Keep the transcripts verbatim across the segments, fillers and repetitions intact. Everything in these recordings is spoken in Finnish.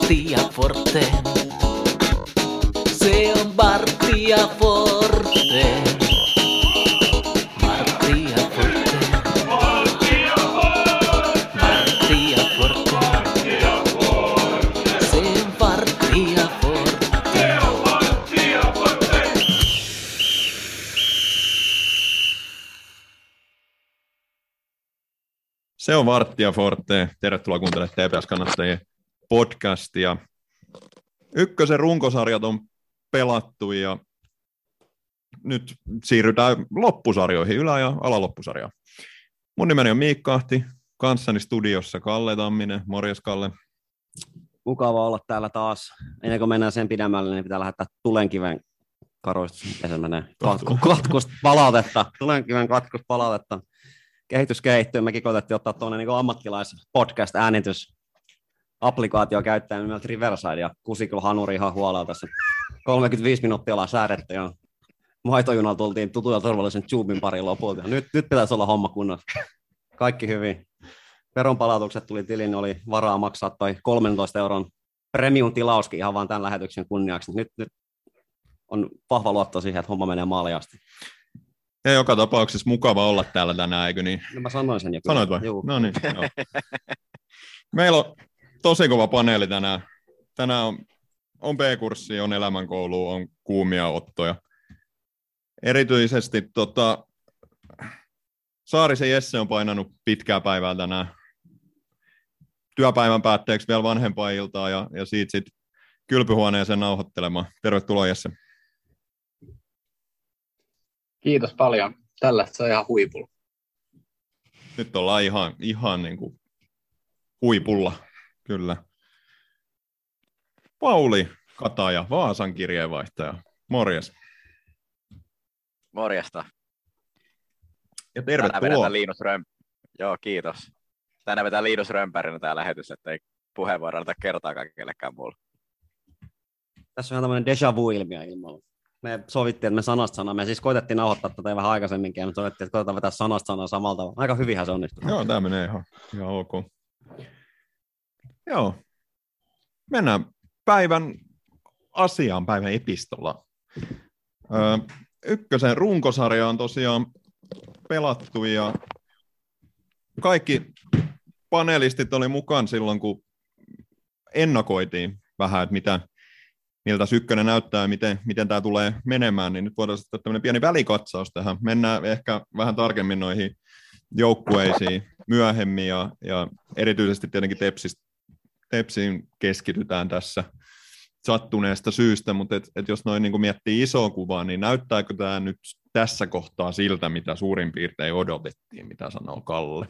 Martti ja Forte. Se on Martti ja Forte. Martti ja Forte. Martti ja Forte. Se on Martti ja Forte. Se on Martti ja Forte. Tervetuloa kuuntelemaan T P S-kannattajien podcastia. Ykkösen runkosarjat on pelattu ja nyt siirrytään loppusarjoihin, ylä- ja alaloppusarjaan. Mun nimeni on Miikka Ahti, kanssani studiossa Kalle Tamminen. Morjes Kalle. Mukava olla täällä taas. Ennen kuin mennään sen pidemmälle, niin pitää lähettää Tulenkiven karoistus. Miten se menee? Katku, katkusta palautetta. Tulenkiven katkusta palautetta. Kehitys kehittyy. Mekin koitettiin ottaa tuonne niin ammattilais-podcast-äänitys applikaatio käyttäen nimeltä Riverside, ja kusi kyllä hanuri ihan huolella tässä. kolmekymmentäviisi minuuttia ollaan säädetty, ja maitojunalla tultiin tutun ja turvallisen tubin pariin lopulta. Nyt, nyt pitäisi olla homma kunnossa. Kaikki hyvin. Veronpalautukset tuli tiliin, oli varaa maksaa toi kolmentoista euron premium-tilauskin ihan vaan tämän lähetyksen kunniaksi. Nyt, nyt on vahva luotto siihen, että homma menee maaliin asti. Ja joka tapauksessa mukava olla täällä tänään, eikö niin? No mä sanoin sen jo. Sanoit vai? Juu. No niin, joo. Meillä on tosi kova paneeli tänään. Tänään on, on B-kurssi, on elämänkoulu, on kuumia ottoja. Erityisesti tota, Saarisen Jesse on painanut pitkää päivää tänään. Työpäivän päätteeksi vielä vanhempainiltaa ja, ja siitä sitten kylpyhuoneeseen nauhoittelemaan. Tervetuloa Jesse. Kiitos paljon. Tällaista se on ihan huipulla. Nyt ollaan ihan, ihan niin kuin huipulla, kyllä. Pauli Kataja, Vaasan kirjeenvaihtaja. Morjes. Morjesta. Ja Tänään tervetuloa. vedetään Linus Röm... Joo, kiitos. Tänään vetää Linus Römpärinä tämä lähetys, ettei puheenvuoro anneta kertaakaan kellekään muulle. Tässä on ihan tämmöinen déjà vu-ilmiö ilmalla. Me sovittiin, että me sanasta sanaa. Me siis koitettiin nauhoittaa tätä vähän aikaisemminkin, ja me sovittiin, että koitetaan vetää sanasta sanaa samalla tavalla. Aika hyvinhän se onnistuu. Joo, tämä menee ihan, ihan ok. Joo. Mennään päivän asiaan, päivän epistolaan. Öö, ykkösen runkosarja on tosiaan pelattu, ja kaikki panelistit oli mukaan silloin, kun ennakoitiin vähän, että mitä, miltä ykkönen näyttää ja miten, miten tämä tulee menemään, niin nyt voidaan ottaa tämmöinen pieni välikatsaus tähän. Mennään ehkä vähän tarkemmin noihin joukkueisiin myöhemmin, ja, ja erityisesti tietenkin Tepsistä, Tepsiin keskitytään tässä sattuneesta syystä, mutta et, et jos noin niin kuin miettii isoa kuvaa, niin näyttääkö tämä nyt tässä kohtaa siltä, mitä suurin piirtein odotettiin, mitä sanoo Kalle?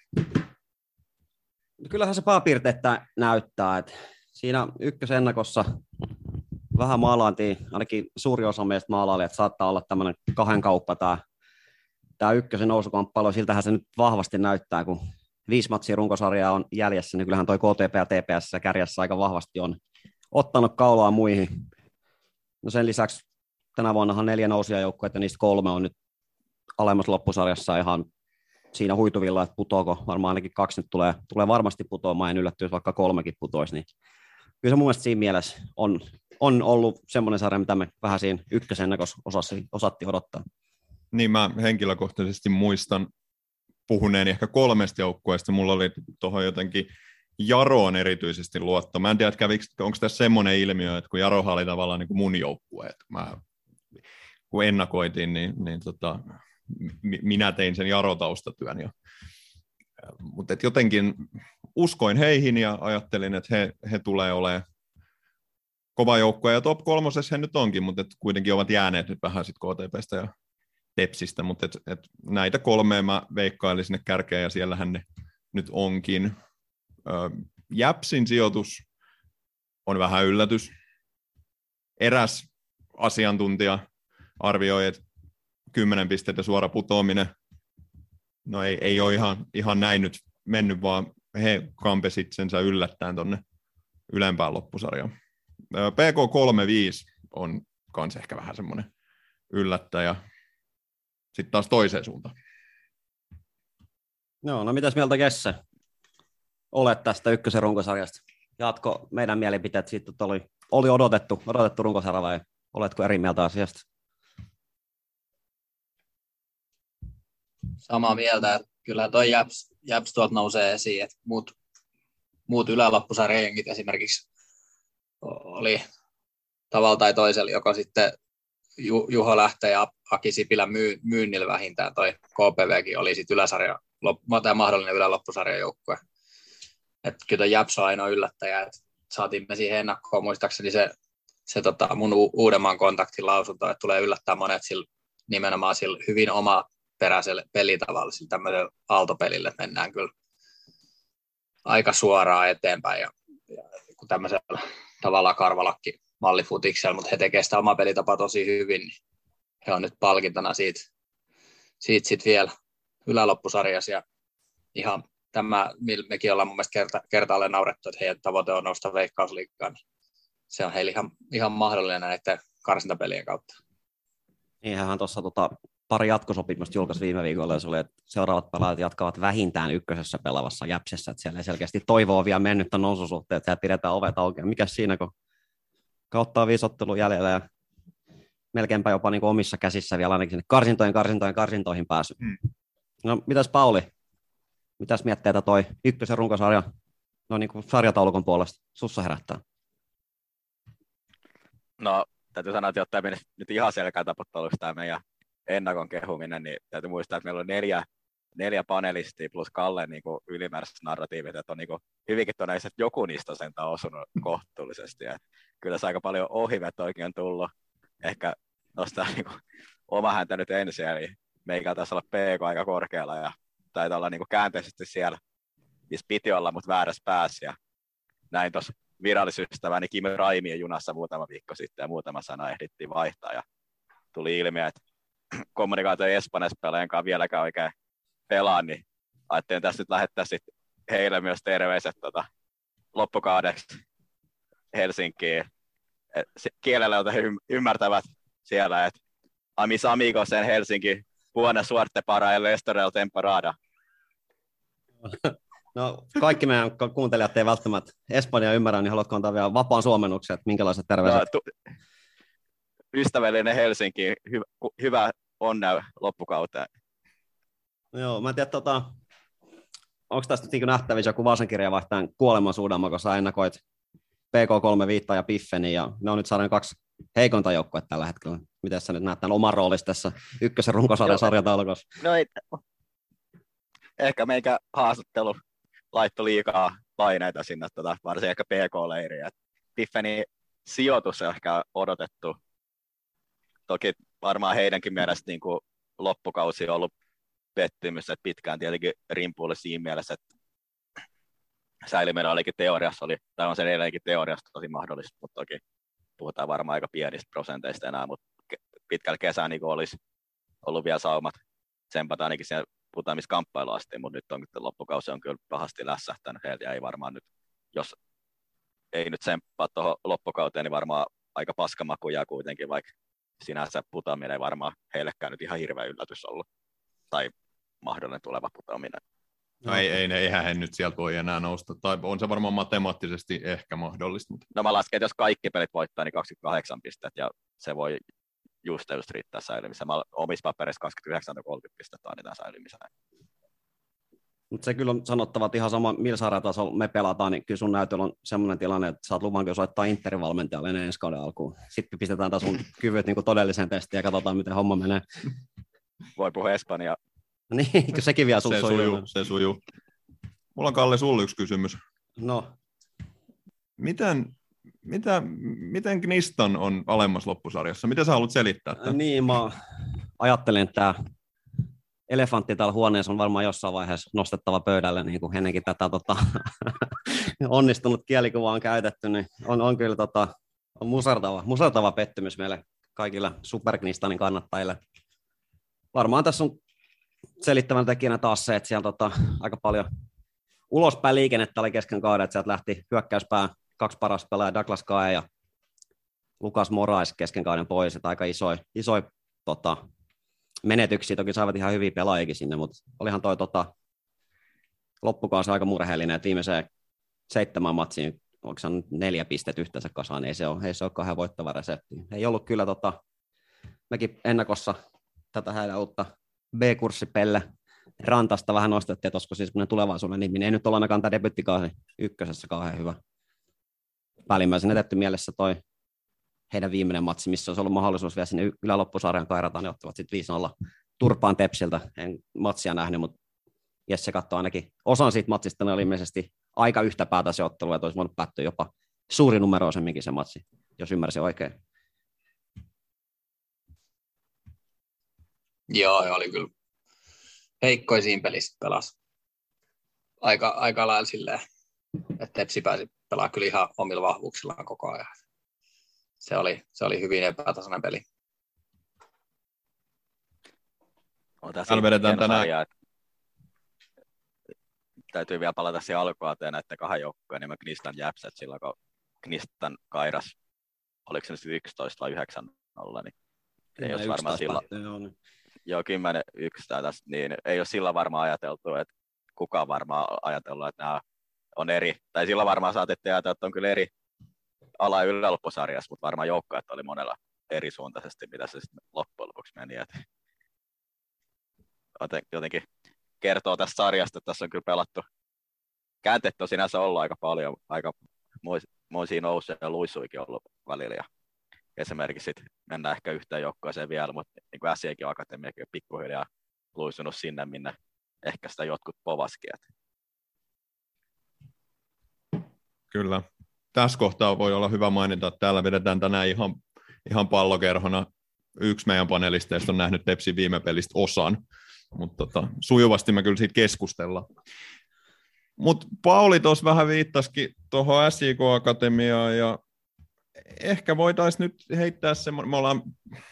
Kyllähän se pääpiirteettä näyttää, että siinä ykkösennakossa vähän maalaantiin, ainakin suuri osa meistä maalaili, että saattaa olla tämmöinen kahden kauppa tämä, tämä ykkösen nousukamppailu, siltähän se nyt vahvasti näyttää, kun viisi matsia runkosarjaa on jäljessä, niin kyllähän toi K T P ja T P S kärjessä aika vahvasti on ottanut kaulaa muihin. No sen lisäksi tänä vuonnahan neljä nousijajoukkuetta, ja niistä kolme on nyt alemmassa loppusarjassa ihan siinä huituvilla, että putoako. Varmaan ainakin kaksi nyt tulee, tulee varmasti putoamaan, en yllättyisi, vaikka kolmekin putoisi. Niin kyllä se mun mielestä siinä mielessä on, on ollut semmoinen sarja, mitä me vähän siinä ykkösennakossa osattiin odottaa. Niin mä henkilökohtaisesti muistan puhuneen ehkä kolmesta joukkueesta. Mulla oli tuohon jotenkin Jaroon erityisesti luotto. Mä en tiedä, onko tässä semmoinen ilmiö, että kun Jarohan oli tavallaan niin kuin mun joukkue, että mä, kun ennakoitiin, niin, niin tota, minä tein sen Jaro-taustatyön. Ja, mutta et jotenkin uskoin heihin ja ajattelin, että he, he tulee olemaan kova joukkue. Ja top kolmosessa he nyt onkin, mutta et kuitenkin ovat jääneet nyt vähän sitten K T P:stä ja Tepsistä. Mutta et, et näitä kolmea mä veikkailin sinne kärkeen, ja siellähän ne nyt onkin. Jäpsin sijoitus on vähän yllätys. Eräs asiantuntija arvioi, että kymmenen pistettä suora putoaminen. No ei, ei ole ihan, ihan näin nyt mennyt, vaan he kampesit itsensä yllättäen tuonne ylempään loppusarjaan. P K kolme viisi on kans ehkä vähän semmoinen yllättäjä. Sitten taas toiseen suuntaan. Joo, no mitäs mieltä Jesse olet tästä ykkösen runkosarjasta? jatko meidän mielipiteet siitä, että oli, oli odotettu, odotettu runkosarja vai oletko eri mieltä asiasta? Samaa mieltä, että kyllä toi Japs, Japs tuolta nousee esiin, että muut, muut yläloppusarjan jengit esimerkiksi oli tavalla tai toisella, joko sitten Juho Lähteen ja Aki Sipilän myy, myynnillä vähintään toi K P V:kin oli sitten yläsarja, tai mahdollinen yläloppusarjan joukkue. Että kyllä toi Japs on ainoa yllättäjä, että saatiin me siihen ennakkoon, muistaakseni se, se tota mun u- uudemman kontaktin lausunto, että tulee yllättää monet sillä, nimenomaan sillä hyvin omaperäisellä pelitavalla, sillä tämmöisellä aaltopelillä, että mennään kyllä aika suoraan eteenpäin ja, ja kun tämmöisellä tavallaan karvalakki mallifutiksella, mutta he tekevät sitä omaa pelitapaa tosi hyvin, niin he on nyt palkintona siitä, siitä sit vielä yläloppusarjassa ja ihan tämä, millä mekin ollaan mun mielestä kerta, kertaalleen naurettu, että heidän tavoite on nousta Veikkausliigaan, niin se on heille ihan, ihan mahdollinen näiden karsintapelien kautta. Niin, hän tuossa tota, pari jatkosopimusta julkaisi viime viikolla, ja se oli, että seuraavat pelaajat jatkavat vähintään ykkösessä pelaavassa Jäpsessä, että siellä ei selkeästi toivoa vielä mennyttä noususuhteen, että siellä pidetään ovet auki. Mikäs siinä, kun kautta on viisi ottelua jäljellä ja melkeinpä jopa niin kuin omissa käsissä vielä ainakin sinne karsintojen, karsintojen, karsintoihin pääsy. Mm. No, mitäs Pauli? Mitäs mietteitä toi ykkösen runkosarja no niin kuin sarjataulukon puolesta sussa herättää? No, täytyy sanoa, että jotta menisi nyt ihan selkään tapotteluksi tämä meidän ennakon kehuminen, niin täytyy muistaa, että meillä on neljä, neljä panelistia plus Kalle niin kuin ylimääräiset narratiivit, että on niin kuin hyvinkin todennäköisesti, että joku niistä on sentään osunut kohtuullisesti. Ja kyllä se aika paljon ohivet oikein on tullut. Ehkä nostaa niin kuin oma häntä nyt ensin, eli meikä taisi olla P K aika korkealla ja taitaa olla niin kuin käänteisesti siellä, missä piti olla, mutta väärässä päässä. Ja näin tuossa virallisystäväni Kim Raimien junassa muutama viikko sitten ja muutama sana ehdittiin vaihtaa ja tuli ilmi, että kommunikaatio Espanjassa pelaajan kanssa vieläkään oikein pelaa, niin ajattelin tässä nyt lähettää sitten heille myös terveiset tota, loppukaudeksi Helsinkiin. Et kielellä, jota he ymmärtävät siellä, että a mis amigos en Helsinki, buona suerte para el estorel temporada. No, kaikki meidän kuuntelijat ei välttämättä Espanjaa ymmärrä, niin haluatko antaa vielä vapaan suomennuksen, että minkälaiset terveiset? No, tu- ystävällinen Helsinki, hy- hyvä onnea loppukauteen. No joo, mä en tiedä, tota, onko tästä niin nähtävissä joku Vaasankirja vaihtajan kuolemansuudelma, kun sä ennakoit P K kolme viittaa ja Piffeni, ja ne on nyt saanut kaksi heikonta joukkuetta tällä hetkellä. Miten sä nyt näet tämän oman roolissa tässä ykkösen runkosarjan sarjataulukossa? No ei, ehkä meikä haastattelu laittoi liikaa paineita sinne, tota, varsin ehkä P K-leiriä. Piffeni sijoitus on ehkä odotettu. Toki varmaan heidänkin mielestä niin kuin loppukausi on ollut pettymys, että pitkään tietenkin rimpuille siinä mielessä, että säilyminen olikin teoriassa, oli, tai on se edelleenkin teoriassa tosi mahdollista, mutta toki puhutaan varmaan aika pienistä prosenteista enää, mutta pitkällä kesää niin olisi ollut vielä saumat tsempata ainakin siellä putoamiskamppailuun asti, mutta nyt on loppukausi on kyllä pahasti lässähtänyt heiltä ja ei varmaan nyt, jos ei nyt tsemppaa tuohon loppukauteen, niin varmaan aika paskamaku jää kuitenkin, vaikka sinänsä putoaminen ei varmaan heillekään nyt ihan hirveä yllätys ollut, tai mahdollinen tuleva putoaminen. No ei, ei, eihän he nyt sieltä voi enää nousta, tai on se varmaan matemaattisesti ehkä mahdollista. Mutta... No mä lasken, että jos kaikki pelit voittaa, niin kaksikymmentäkahdeksan pistettä, ja se voi just just riittää säilymiseen. Mä omissa papereissa kaksikymmentäyhdeksän kolmekymmentä pistettä annetaan säilymiseen. Mutta se kyllä on sanottava, että ihan sama millä sarjatasolla me pelataan, niin kyllä sun näytöllä on semmoinen tilanne, että saat luvan kyllä soittaa Interin valmentajalle ennen ensi kauden alkuun. Sitten pistetään taas sun kyvyt niin todelliseen testiin ja katsotaan, miten homma menee. Voi puhua Espanjaa. Niin, kun sekin vielä se sujuu. Se sujuu. Mulla on Kalle sulle yksi kysymys. No. Miten, mitä, miten Kniston on alemmassa loppusarjassa? Mitä sä haluat selittää tämän? Niin, mä ajattelin, että tämä elefantti täällä huoneessa on varmaan jossain vaiheessa nostettava pöydälle, niin kuin ennenkin tätä tota, onnistunut kielikuvaa on käytetty, niin on, on kyllä tota, on musertava, musertava pettymys meille kaikille Superknistanin kannattajille. Varmaan tässä on selittävän tekijänä taas se, että siellä tota, aika paljon ulospäin liikennettä oli kesken kauden, että sieltä lähti hyökkäyspään kaksi parasta pelaajaa, Douglas Kae ja Lukas Morais kesken kauden pois, että aika isoja isoi, tota, menetyksiä, toki saivat ihan hyviä pelaajikin sinne, mutta olihan toi tota, loppukausi aika murheellinen, että viimeiseen seitsemän matsiin onko se nyt neljä pistettä yhteensä kasaan, ei se ole, ei se ole kahden voittava resepti. Ei ollut kyllä, tota, mekin ennakossa tätä heidän uutta B-kurssipelle Rantasta vähän nostettiin, että olisiko siis tulevaisuuden nimi, ei nyt ole ainakaan tämä debyttikausi ykkösessä kauhean hyvä. Päällimmäisen etetty mielessä toi heidän viimeinen matsi, missä olisi ollut mahdollisuus vielä sinne yläloppusarjan kairata, ne ottivat sitten viisi nolla turpaan Tepsiltä. En matsia nähnyt, mutta Jesse katsoi ainakin osan siitä matsista, ne oli ilmeisesti aika yhtä päätä se ottelu, että olisi voinut päättyä jopa suuri numeroisemminkin se matsi, jos ymmärsin oikein. Joo, ja oli kyllä heikkoja siinä pelissä pelasi. Aika, aika lailla silleen, että Tepsi pääsi pelaamaan kyllä ihan omilla vahvuuksillaan koko ajan. Se oli, se oli hyvin epätasainen peli. Täällä vedetään tänään. Sarjaa, täytyy vielä palata siihen alkuauteen näiden kahden joukkojen, niin mä Knistan Jäpset silloin, kun Knistan kairas, oliko se nyt yksitoista vai yhdeksän nolla, niin ei ole varmaan silloin. Niin. Joo, kymmenen yksi tästä, niin ei ole sillä varmaan ajateltu, että kukaan varmaan ajatellut, että nämä on eri, tai sillä varmaan saatettiin ajatella, että on kyllä eri ala- ja yläloppusarjassa, mutta varmaan joukkoja oli monella eri suuntaisesti, mitä se sitten loppujen lopuksi meni. Että jotenkin kertoo tästä sarjasta, että tässä on kyllä pelattu. Käänteet on sinänsä ollut aika paljon, aika moisia nousuja ja luisuikin ollut välillä. Ja esimerkiksi sit mennään ehkä yhteen joukkueeseen vielä, mutta niin kuin S J K Akatemiakin on pikkuhiljaa luisunut sinne, minne ehkä sitä jotkut povaskin. Kyllä. Tässä kohtaa voi olla hyvä mainita, että täällä vedetään tänään ihan, ihan pallokerhona. Yksi meidän panelisteista on nähnyt Tepsin viime pelistä osan, mutta tota, sujuvasti me kyllä siitä keskustellaan. Mutta Pauli tuossa vähän viittasikin tuohon S J K Akatemiaan ja ehkä voitaisiin nyt heittää semmoinen, me ollaan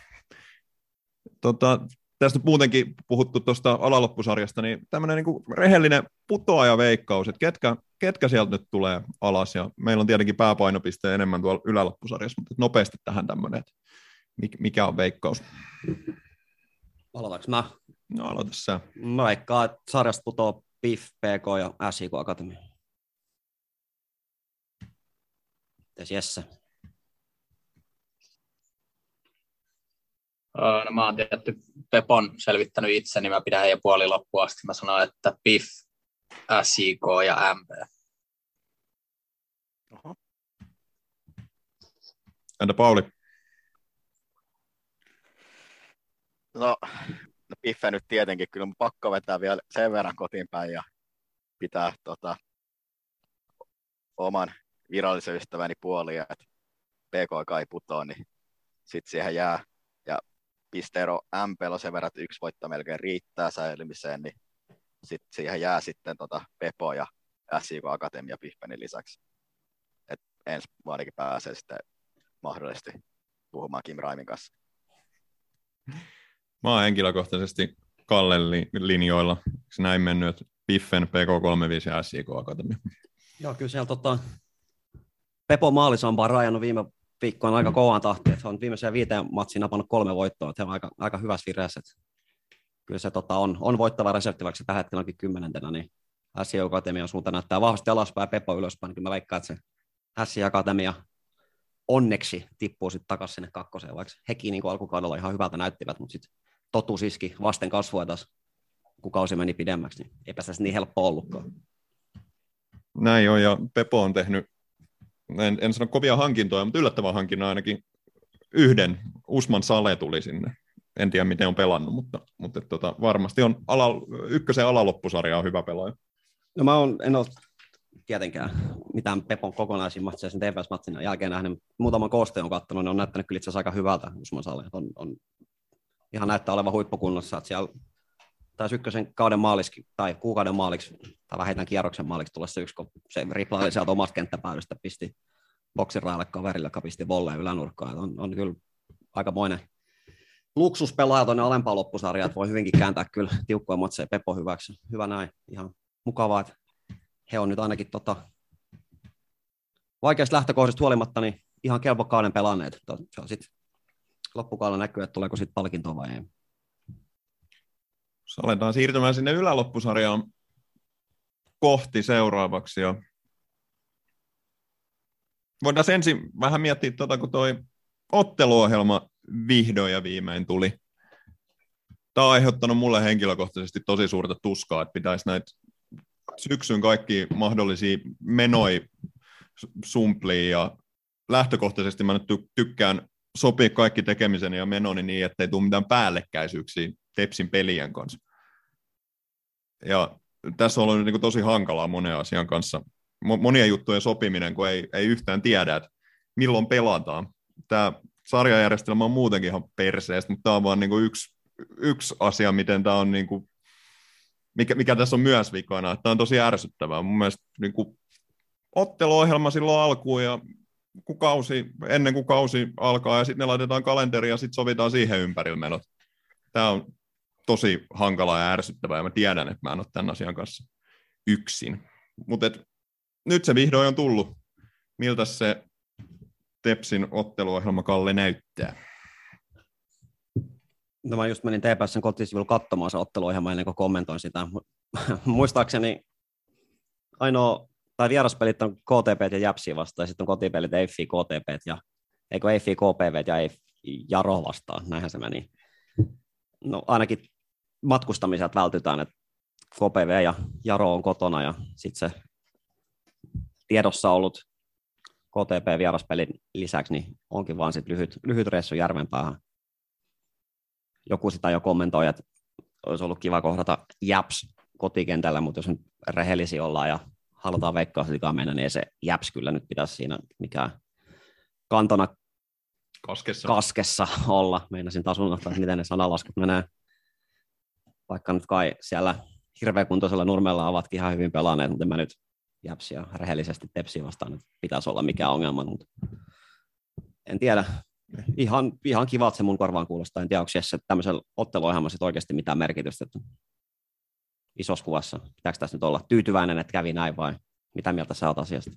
tota, tästä nyt muutenkin puhuttu tuosta alaloppusarjasta, niin tämmöinen niinku rehellinen putoajaveikkaus, että ketkä, ketkä sieltä nyt tulee alas, ja meillä on tietenkin pääpainopiste enemmän tuolla yläloppusarjassa, mutta nopeasti tähän tämmöinen, että mikä on veikkaus? Aloitanko mä? No aloita sä. Mä veikkaan, että sarjasta putoaa P I F, P K ja S J K Akatemia. Mites Jesse? No, mä oon tietty Pepon selvittänyt itse, niin mä pidän heidän puoli loppuun asti. Mä sanon, että P I F, S J K ja M P. Oho. Entä Pauli? No, no Piffe nyt tietenkin, kyllä on pakko vetää vielä sen verran kotiin päin ja pitää tota, oman virallisen ystäväni puolia, että P K kai putoa, niin sitten siihen jää. Ja pisteero M P on sen verran, että yksi voitto melkein riittää säilymiseen, niin sitten siihen jää sitten tota Pepo ja S J K Akatemia Piffenin lisäksi. Et ensi vuonnakin pääsee sitten mahdollisesti puhumaan Kim Raimin kanssa. Mä oon henkilökohtaisesti Kallen linjoilla. Eikö näin mennyt, että Piffen, P K kolmekymmentäviisi ja S J K Akatemia? Joo, kyllä siellä tota, Pepo maalisampaa on rajannut viime viikkoon aika kovaan tahtiin, että on viimeiseen viiteen matsiin napannut kolme voittoa, että he on aika, aika hyvässä vireessä. Kyllä se tota, on, on voittava resepti, vaikka se tällä hetkellä onkin kymmenentenä, niin S J Akatemian suunta näyttää vahvasti alaspäin ja Pepo ylöspäin, niin kyllä mä veikkaan, että se S J Akatemia onneksi tippuu sitten takaisin sinne kakkoseen, vaikka hekin niin alkukaudella ihan hyvältä näyttivät, mutta sitten totuus iski vasten kasvua taas, kun kausi meni pidemmäksi, niin eipä se niin helppo ollutkaan. Näin on, ja Pepo on tehnyt, en, en sano kovia hankintoja, mutta yllättävän hankinnan ainakin yhden. Usman Sale tuli sinne. En tiedä, miten on pelannut, mutta, mutta tota, varmasti on ala, ykkösen alaloppusarja on hyvä pelaaja. No mä on, en ole tietenkään mitään Pepon kokonaisia matseja sen T P S-matsin jälkeen nähnyt. Muutaman koosteen on katsonut, ne on näyttänyt kyllä itse asiassa aika hyvältä Usman Sale. On, on ihan näyttää olevan huippukunnossa, että siellä taisi ykkösen kauden maaliksi, tai kuukauden maaliksi, tai vähintään kierroksen maaliksi tulla se yksi, kun se riplaili sieltä omasta kenttäpäädystä, pisti boksin raajalle kaverille, joka pisti volleen ylänurkkaan. On, on kyllä aikamoinen luksuspelaaja tuonne alempaan loppusarjaan, että voi hyvinkin kääntää kyllä tiukkoja matseja Pepo hyväksi. Hyvä näin, ihan mukavaa, että he on nyt ainakin tota, vaikeasta lähtökohdista huolimatta niin ihan kelpo kauden pelanneet. Se on sitten loppukaudella näkyy, että tuleeko sitten palkintoa vai ei. Aletaan siirtymään sinne yläloppusarjaan kohti seuraavaksi. Ja voidaan ensin vähän miettiä, tuota, kun toi otteluohjelma vihdoin ja viimein tuli. Tämä on aiheuttanut mulle henkilökohtaisesti tosi suurta tuskaa, että pitäisi näitä syksyn kaikki mahdollisia menoja sumplia ja lähtökohtaisesti mä nyt tykkään sopia kaikki tekemisen ja menoni niin, ettei tule mitään päällekkäisyyksiä Tepsin pelien kanssa. Ja tässä on ollut niin kuin tosi hankalaa monen asian kanssa. Monien juttujen sopiminen, kun ei, ei yhtään tiedä, että milloin pelataan. Tämä sarjajärjestelmä on muutenkin ihan perseestä, mutta tämä on vaan niin kuin yksi, yksi asia, miten tämä on, niin kuin, mikä, mikä tässä on myös vikana. Tämä on tosi ärsyttävää. Mun mielestä niin kuin otteluohjelma silloin alkuun ja kun kausi, ennen kuin kausi alkaa ja sitten ne laitetaan kalenteriin ja sitten sovitaan siihen ympärillä menot. Tämä on tosi hankalaa ja ärsyttävää ja mä tiedän, että mä en ole tämän asian kanssa yksin. Mutta nyt se vihdoin on tullut. Miltä se Tepsin otteluohjelma, Kalle, näyttää? No mä just menin T P S:n kotisivuilla katsomaan se otteluohjelma ennen kuin kommentoin sitä. Muistaakseni ainoa, tai vieraspelit on K T P ja Jäpsiä vastaan, ja sitten on kotipelit E F I, K T P ja, eikö E F I, K P V ja E F I, Jaro vastaan, näinhän se meni. No ainakin matkustamiset vältytään, että K P V ja Jaro on kotona, ja sitten se tiedossa ollut K T P vieraspelin lisäksi, niin onkin vaan sit lyhyt, lyhyt reissu Järvenpäähän. Joku sitä jo kommentoi, että olisi ollut kiva kohdata Japs kotikentällä, mutta jos nyt rehellisiä ollaan ja halutaan Veikkausliigaan mennä, niin ei se Japs kyllä nyt pitäisi siinä mikään kantona kaskessa, kaskessa olla. Meinasin taas unohtaa, miten ne sanalaskut menee. Vaikka nyt kai siellä hirveäkuntoisella Nurmella ovatkin ihan hyvin pelanneet, mutta mä nyt Japsia rehellisesti Tepsiä vastaan nyt pitäisi olla mikään ongelma. Mutta en tiedä. Ihan, ihan kiva, että se mun korvaan kuulostaa. En tiedä, onko Jesse tämmöisellä otteluohjelmassa oikeasti mitään merkitystä. Että isossa kuvassa. Pitääkö tässä nyt olla tyytyväinen, että kävi näin vai mitä mieltä sä oot asiasta?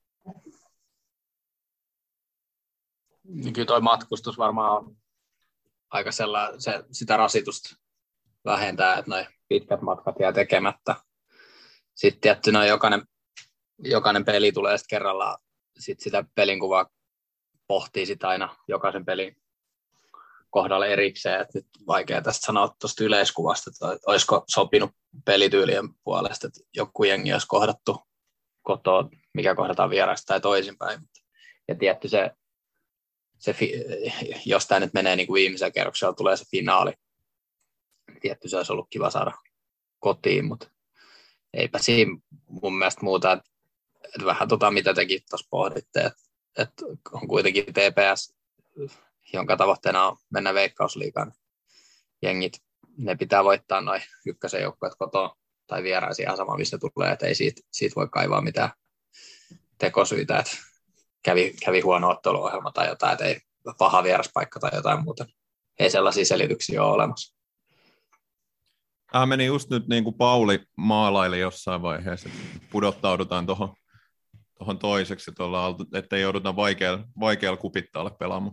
Niin kyllä toi matkustus varmaan on aika sellainen, se, sitä rasitusta vähentää, että noi pitkät matkat jää tekemättä. Sitten tietty noin jokainen, jokainen peli tulee sitten kerrallaan, sit sitä pelinkuvaa pohtii sit aina jokaisen pelin kohdalla erikseen, että nyt vaikea tästä sanoa tuosta yleiskuvasta, että olisiko sopinut pelityylien puolesta, että joku jengi olisi kohdattu kotoa, mikä kohdataan vieraista tai toisinpäin. Ja tietty se, se jos tämä nyt menee niin kuin viimeisellä kerroksella, tulee se finaali. Tietty se olisi ollut kiva saada kotiin, mutta eipä siinä mun mielestä muuta, että, että vähän tota, mitä tekin tuossa pohditte, että, että on kuitenkin T P S, jonka tavoitteena on mennä Veikkausliigaan. Jengit, ne pitää voittaa noin ykkösen joukkueet kotoa tai vieraisia ihan sama, missä tulee, että ei siitä, siitä voi kaivaa mitään tekosyitä, että kävi, kävi huono otteluohjelma tai jotain, että ei paha vieraspaikka tai jotain muuta. Ei sellaisia selityksiä ole olemassa. Tämä meni just nyt niin kuin Pauli maalaili jossain vaiheessa, että pudottaudutaan tuohon tohon toiseksi, että ei jouduta vaikealla, vaikealla kupittaalle pelaamaan.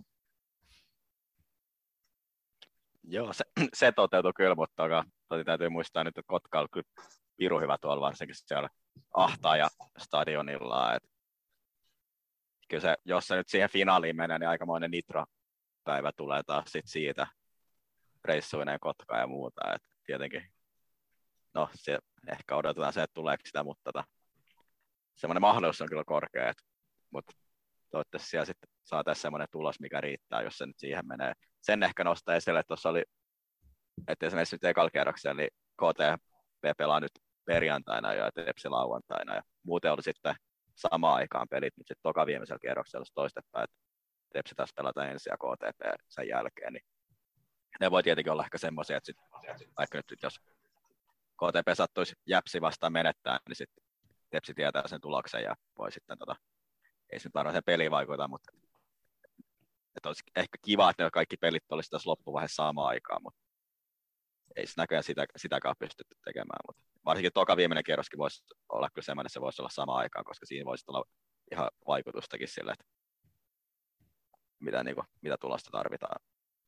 Joo, se, se toteutui kyllä, mutta tosi täytyy muistaa nyt, että Kotka on kyllä pirun hyvä tuolla, varsinkin siellä Ahtaaja stadionilla. Et kyllä se, jos se nyt siihen finaaliin menee, niin aikamoinen nitro-päivä tulee taas sit siitä reissuineen Kotkaan ja muuta. Et tietenkin, no se, ehkä odotetaan se, että tuleeko sitä, mutta tota, semmoinen mahdollisuus on kyllä korkea. Et, mutta toivottavasti siellä sitten saa tässä semmoinen tulos, mikä riittää, jos se nyt siihen menee. Sen ehkä nostaa esille, että tuossa oli, että esimerkiksi nyt ekalla kerroksella, niin K T P pelaa nyt perjantaina ja Tepsi lauantaina, ja muuten oli sitten samaan aikaan pelit, mutta sitten toka viimeisellä kierroksella toistepäin, että Tepsi taas pelata ensin ja K T P sen jälkeen, niin ne voi tietenkin olla ehkä semmoisia, että sit, vaikka nyt jos K T P sattuisi Jäpsi vastaan menettää, niin sitten Tepsi tietää sen tuloksen ja voi sitten, tota, ei se nyt varmaan sen peliin vaikuta, mutta että olisi ehkä kiva, että ne kaikki pelit olisi tässä loppuvaiheessa samaan aikaan, mutta ei se näköjään sitä, sitäkään pystytty tekemään. Mutta varsinkin toka viimeinen kierroskin voisi olla kyllä semmoinen, että se voisi olla samaan aikaan, koska siinä voisi olla ihan vaikutustakin sille, että mitä, niin kuin, mitä tulosta tarvitaan.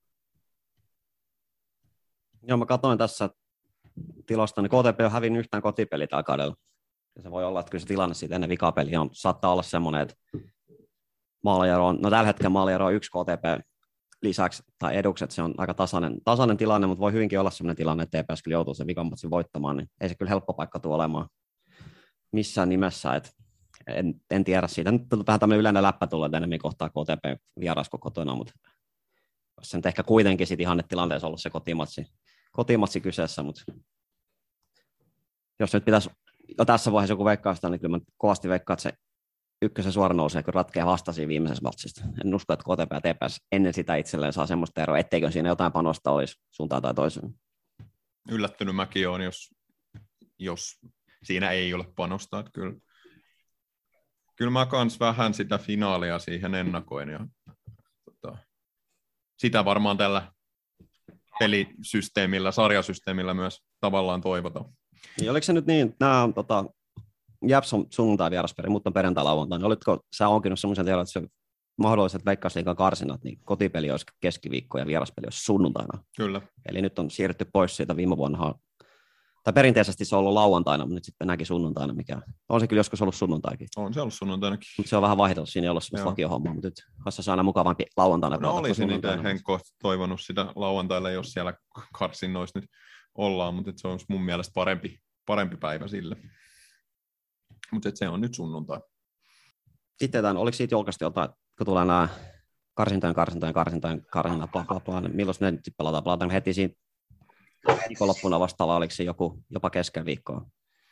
Joo, mä katsoin tässä tilasta, niin K T P on hävinnyt yhtään kotipelit tällä kaudella. Ja se voi olla, että kyllä se tilanne siitä ennen vikapeliä on, saattaa olla semmoinen, että Maaliero on, no tällä hetkellä maaliero on yksi K T P lisäksi tai eduksi, että se on aika tasainen, tasainen tilanne, mutta voi hyvinkin olla sellainen tilanne, että T P S kyllä joutuu sen vikanmatsin voittamaan, niin ei se kyllä helppo paikka tule olemaan missään nimessä, että en, en tiedä siitä. Nyt on vähän tämmöinen yleinen läppä tulee, että enemmän kohtaa K T P vierasko kotona, mutta olisi se nyt ehkä kuitenkin sitten ihannetilanteessa ollut se kotimatsi, kotimatsi kyseessä, mutta jos nyt pitäisi jo tässä vaiheessa joku veikkaa sitä, niin kyllä mä kovasti veikkaan, että se ykkösen suora nousee, kun ratkeaa vastasi viimeisessä matsista. En usko, että K T P ja T P S ennen sitä itselleen saa semmoista eroa, etteikö siinä jotain panosta olisi suuntaan tai toiseen. Yllättynyt mäkin olen, jos, jos siinä ei ole panosta. Että kyllä, kyllä mä kans vähän sitä finaalia siihen ennakoin. Ja, tota, sitä varmaan tällä pelisysteemillä, sarjasysteemillä myös tavallaan toivotaan. Niin, oliko se nyt niin, nämä on tota, Japs on sunnuntai vieraspeli, mutta on perjantai lauantai. Olitko sä onkinut semmoisen tiedon, että se mahdolliset Veikkausliigan karsinat, niin kotipeli olisi keskiviikko ja vieraspeli olisi sunnuntaina. Kyllä. Eli nyt on siirrytty pois siitä viime vuonna. Tai perinteisesti se on ollut lauantaina, mutta nyt sitten näki sunnuntaina, mikä on se kyllä joskus ollut sunnuntaikin. On se ollut sunnuntainakin. Mutta se on vähän vaihdellut, siinä ei ollut semmoista vakiohommaa, mutta nyt olisi se aina mukavampi lauantaina. No olisi niitä Henkko toivonut sitä lauantaille, jos siellä karsinnoissa nyt ollaan, mutta se on mun mielestä parempi, parempi päivä sille. Mutta se on nyt sunnuntai. Sitten tämän, oliko siitä julkaistu jotain, kun tulee nämä karsintojen, karsintojen, karsintojen, karsintojen, bla, bla, bla, milloin ne nyt pelataan, pelataan heti siinä viikonloppuna vastaava, oliko se joku jopa kesken viikkoa?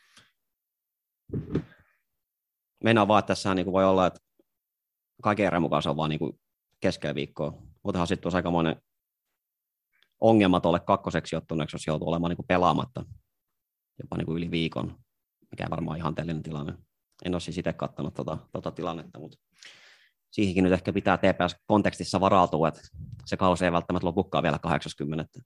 Meinaa vaan, että tässä niin voi olla, että kaiken erän mukaan se on vaan niin kesken viikkoa. Muutenhan sitten olisi aikamoinen ongelma tuolle kakkoseksi ottuneeksi, jos joutuu olemaan niin pelaamatta jopa niin yli viikon, mikä on varmaan ihanteellinen tilanne. En ole siis itse katsonut tuota, tuota tilannetta, mutta siihenkin nyt ehkä pitää T P S-kontekstissa varautua, että se kausi ei välttämättä lopukaan vielä kahdeksankymmentä.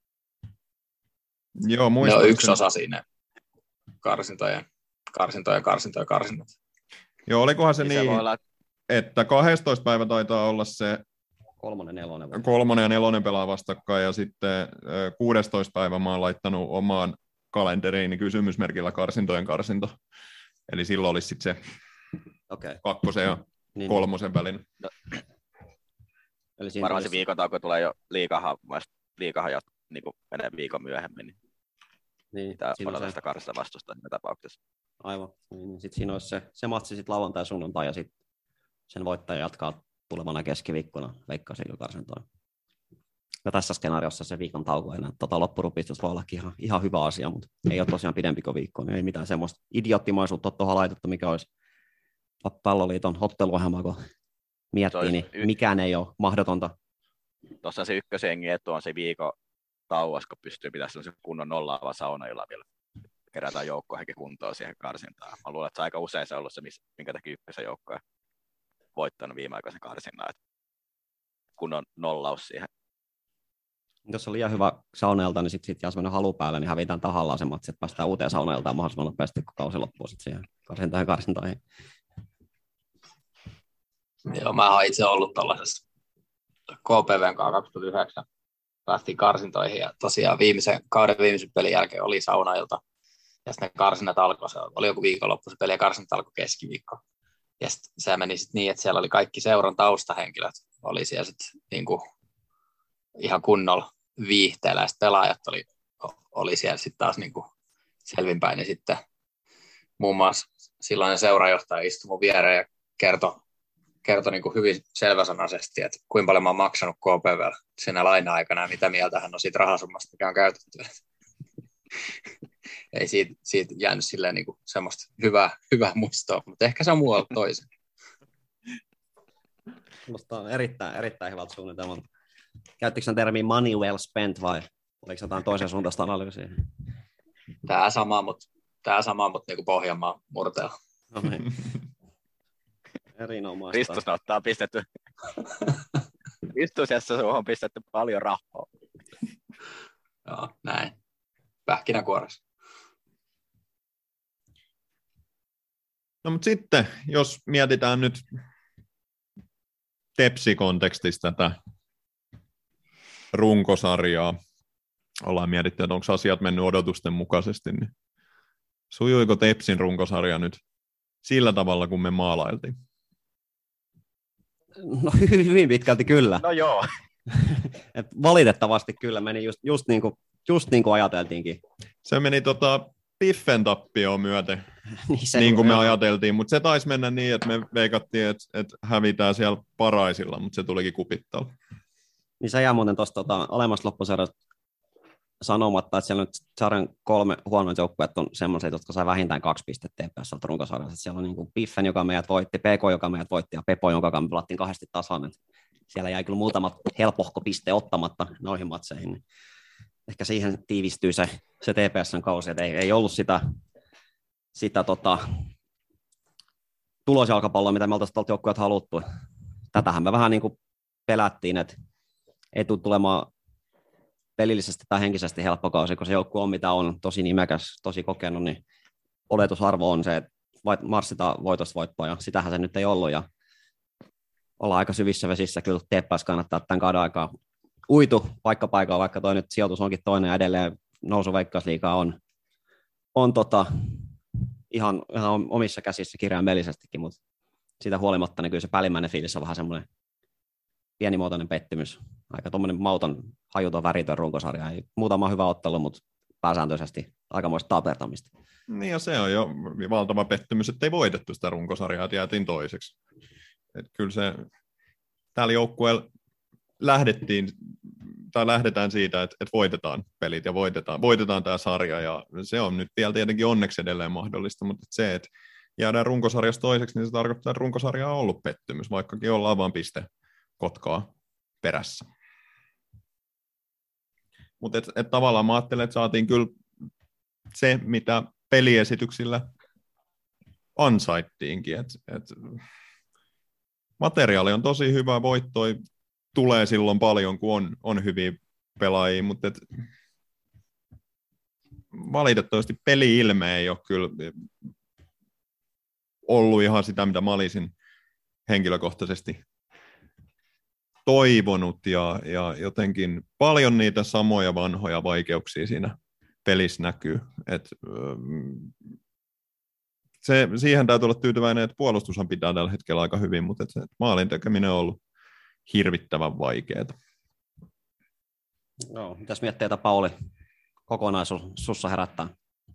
Joo, ne on yksi osa siinä karsintojen, karsintojen, karsintojen, karsinnat. Joo, olikohan se niin, niin se olla... että kahdestoista päivä taitaa olla se kolmonen, nelonen. Kolmonen ja nelonen pelaa vastakkain, ja sitten kuudestoista päivä mä oon laittanut omaan kalenderiini kysymysmerkillä karsintojen karsinto. Eli silloin olisi sitten se okay. kakkosen ja niin, kolmosen välin. No. Eli varmaan olisi... se viikontauko tulee jo liikahan, liikahan ja niin menee viikon myöhemmin. Niin, niin pitää odottaa sitä karsista vastusta siinä tapauksessa. Aivan. Niin, sitten siinä olisi se, se matsi sitten lauantai ja sunnuntai, ja sitten sen voittaja jatkaa tulevana keskiviikkona Veikkausliigan karsintoon. Ja tässä skenaariossa se viikon tauko enää tota loppurupistus voi ollakin ihan, ihan hyvä asia, mutta ei ole tosiaan pidempi kuin viikko, niin ei mitään semmoista idioottimaisuutta ole tuohon laitettu, mikä olisi Palloliiton otteluohjelma, kun miettii, niin y- mikään ei ole mahdotonta. Tuossa se ykkösengi etu on se viikon tauas, kun pystyy pitämään sellaisen kunnon nollaava saunailla vielä. Kerätään joukkoihinkin kuntoon siihen karsintaan. Mä luulen, että se aika usein se on ollut se, minkä takia ykkösen joukkoja voittanut viimeaikaisen karsinnan. Kunnon nollaus siihen. Jos on liian hyvä saunailta, niin sitten sit jää sellainen halu päälle, niin hävitään tahallaan se matsi, että päästään uuteen saunailtaan mahdollisimman nopeasti, kun kausi loppuu sitten siihen karsintaan ja karsintaan. Joo, mä oon itse ollut tuollaisessa K P V:n kanssa kaksituhattayhdeksän. Päästiin karsintoihin ja tosiaan viimeisen, kauden viimeisen pelin jälkeen oli saunailta. Ja sitten ne karsinnat alkoi, se oli joku viikonloppu se peli ja karsinnat alkoi keskiviikko. Ja sitten se meni sitten niin, että siellä oli kaikki seuran taustahenkilöt, oli siellä sitten niinku ihan kunnolla viihteellä, ja sitten pelaajat oli, oli siellä sitten taas niinku selvinpäin, niin sitten muun muassa silloinen seurajohtaja istui mun viereen ja kertoi, kertoi niinku hyvin selväsanaisesti, että kuinka paljon mä oon maksanut K P V:llä siinä laina-aikana ja mitä mieltä hän on siitä rahasummasta, mikä on käytetty. Ei siitä, siitä jäänyt silleen niinku semmoista hyvää, hyvää muistoa, mutta ehkä se on muualla toisen. Minusta on erittäin, erittäin hyvältä suunnitelmalta. Käyttikö sen termiä money well spent vai oliko jotain toisen suuntaista analyysiä? Tämä sama, mutta tämä sama, mutta niinku Pohjanmaan murteella. No niin. Erinomaista. Ristus ottaa pistetty. Ristusjassa suuhun on pistetty paljon rahaa. Joo, näin. Pähkinäkuoressa. No mutta sitten, jos mietitään nyt Tepsi-kontekstista tätä runkosarjaa, ollaan mietitty, että onko asiat mennyt odotusten mukaisesti, niin sujuiko Tepsin runkosarja nyt sillä tavalla, kun me maalailtiin? No hyvin pitkälti kyllä. No joo. Et valitettavasti kyllä meni just, just, niin kuin, just niin kuin ajateltiinkin. Se meni tota Piffen tappioon myöten, niin, se, niin kuin me joo. ajateltiin, mutta se taisi mennä niin, että me veikattiin, että, että hävitään siellä paraisilla, mutta se tulikin kupittalla. Niin se jää muuten tuosta tota, alemmasta loppusarjasta sanomatta, että siellä nyt sarjan kolme huonoita joukkuetta on semmoiset, jotka sai vähintään kaksi pistettä T P S:ltä runkosarjassa. Siellä on niin kuin Piffen, joka meidät voitti, P K, joka meidät voitti, ja Pepo, jonka me pelattiin kahdesti tasan. Et siellä jäi kyllä muutamat helpohko piste ottamatta noihin matseihin. Niin ehkä siihen tiivistyy se, se T P S:n kausi, että ei, ei ollut sitä, sitä tota, tulosjalkapalloa, mitä me oltaisiin tuolta joukkueelta haluttu. Tätähän me vähän niin kuin pelättiin, että ei tule tulemaan pelillisesti tai henkisesti helppo kausi, kun se joukkue on mitä on, tosi nimekäs, tosi kokenut, niin oletusarvo on se, että marssitaan voitosta voittoon, ja sitähän se nyt ei ollut, ja ollaan aika syvissä vesissä, kyllä T P S kannattaa tämän kauden aikaa uitu paikka-paikalla, vaikka toi nyt sijoitus onkin toinen, ja edelleen nousu Veikkausliigaa on, on tota, ihan, ihan omissa käsissä kirjaimellisestikin, mutta siitä huolimatta niin kyllä se päällimmäinen fiilis on vähän semmoinen pienimuotoinen pettymys. Aika tuommoinen mauton, hajuton, väritön runkosarja. Ei muutama hyvä ottelu, mutta pääsääntöisesti aikamoista tapertamista. Niin ja se on jo valtava pettymys, että ei voitettu sitä runkosarjaa, että jäätiin toiseksi. Et kyllä se täällä joukkueella lähdettiin, tai lähdetään siitä, että, että voitetaan pelit ja voitetaan, voitetaan tämä sarja, ja se on nyt vielä tietenkin onneksi edelleen mahdollista, mutta se, että jäädään runkosarjasta toiseksi, niin se tarkoittaa, että runkosarja on ollut pettymys, vaikkakin ollaan vain piste Kotkaa perässä. Mutta et, et tavallaan mä ajattelen, että saatiin kyllä se, mitä peliesityksillä ansaittiinkin. Et, et materiaali on tosi hyvä, voittoi tulee silloin paljon, kun on, on hyviä pelaajia, mutta et valitettavasti peli-ilme ei ole kyllä ollut ihan sitä, mitä mä olisin henkilökohtaisesti toivonut, ja, ja jotenkin paljon niitä samoja vanhoja vaikeuksia siinä pelissä näkyy. Et, se, siihen täytyy olla tyytyväinen, että puolustushan pitää tällä hetkellä aika hyvin, mutta et, et maalin tekeminen on ollut hirvittävän vaikeaa. Joo, mitäs mietteitä Pauli kokonaisuus sussa herättää?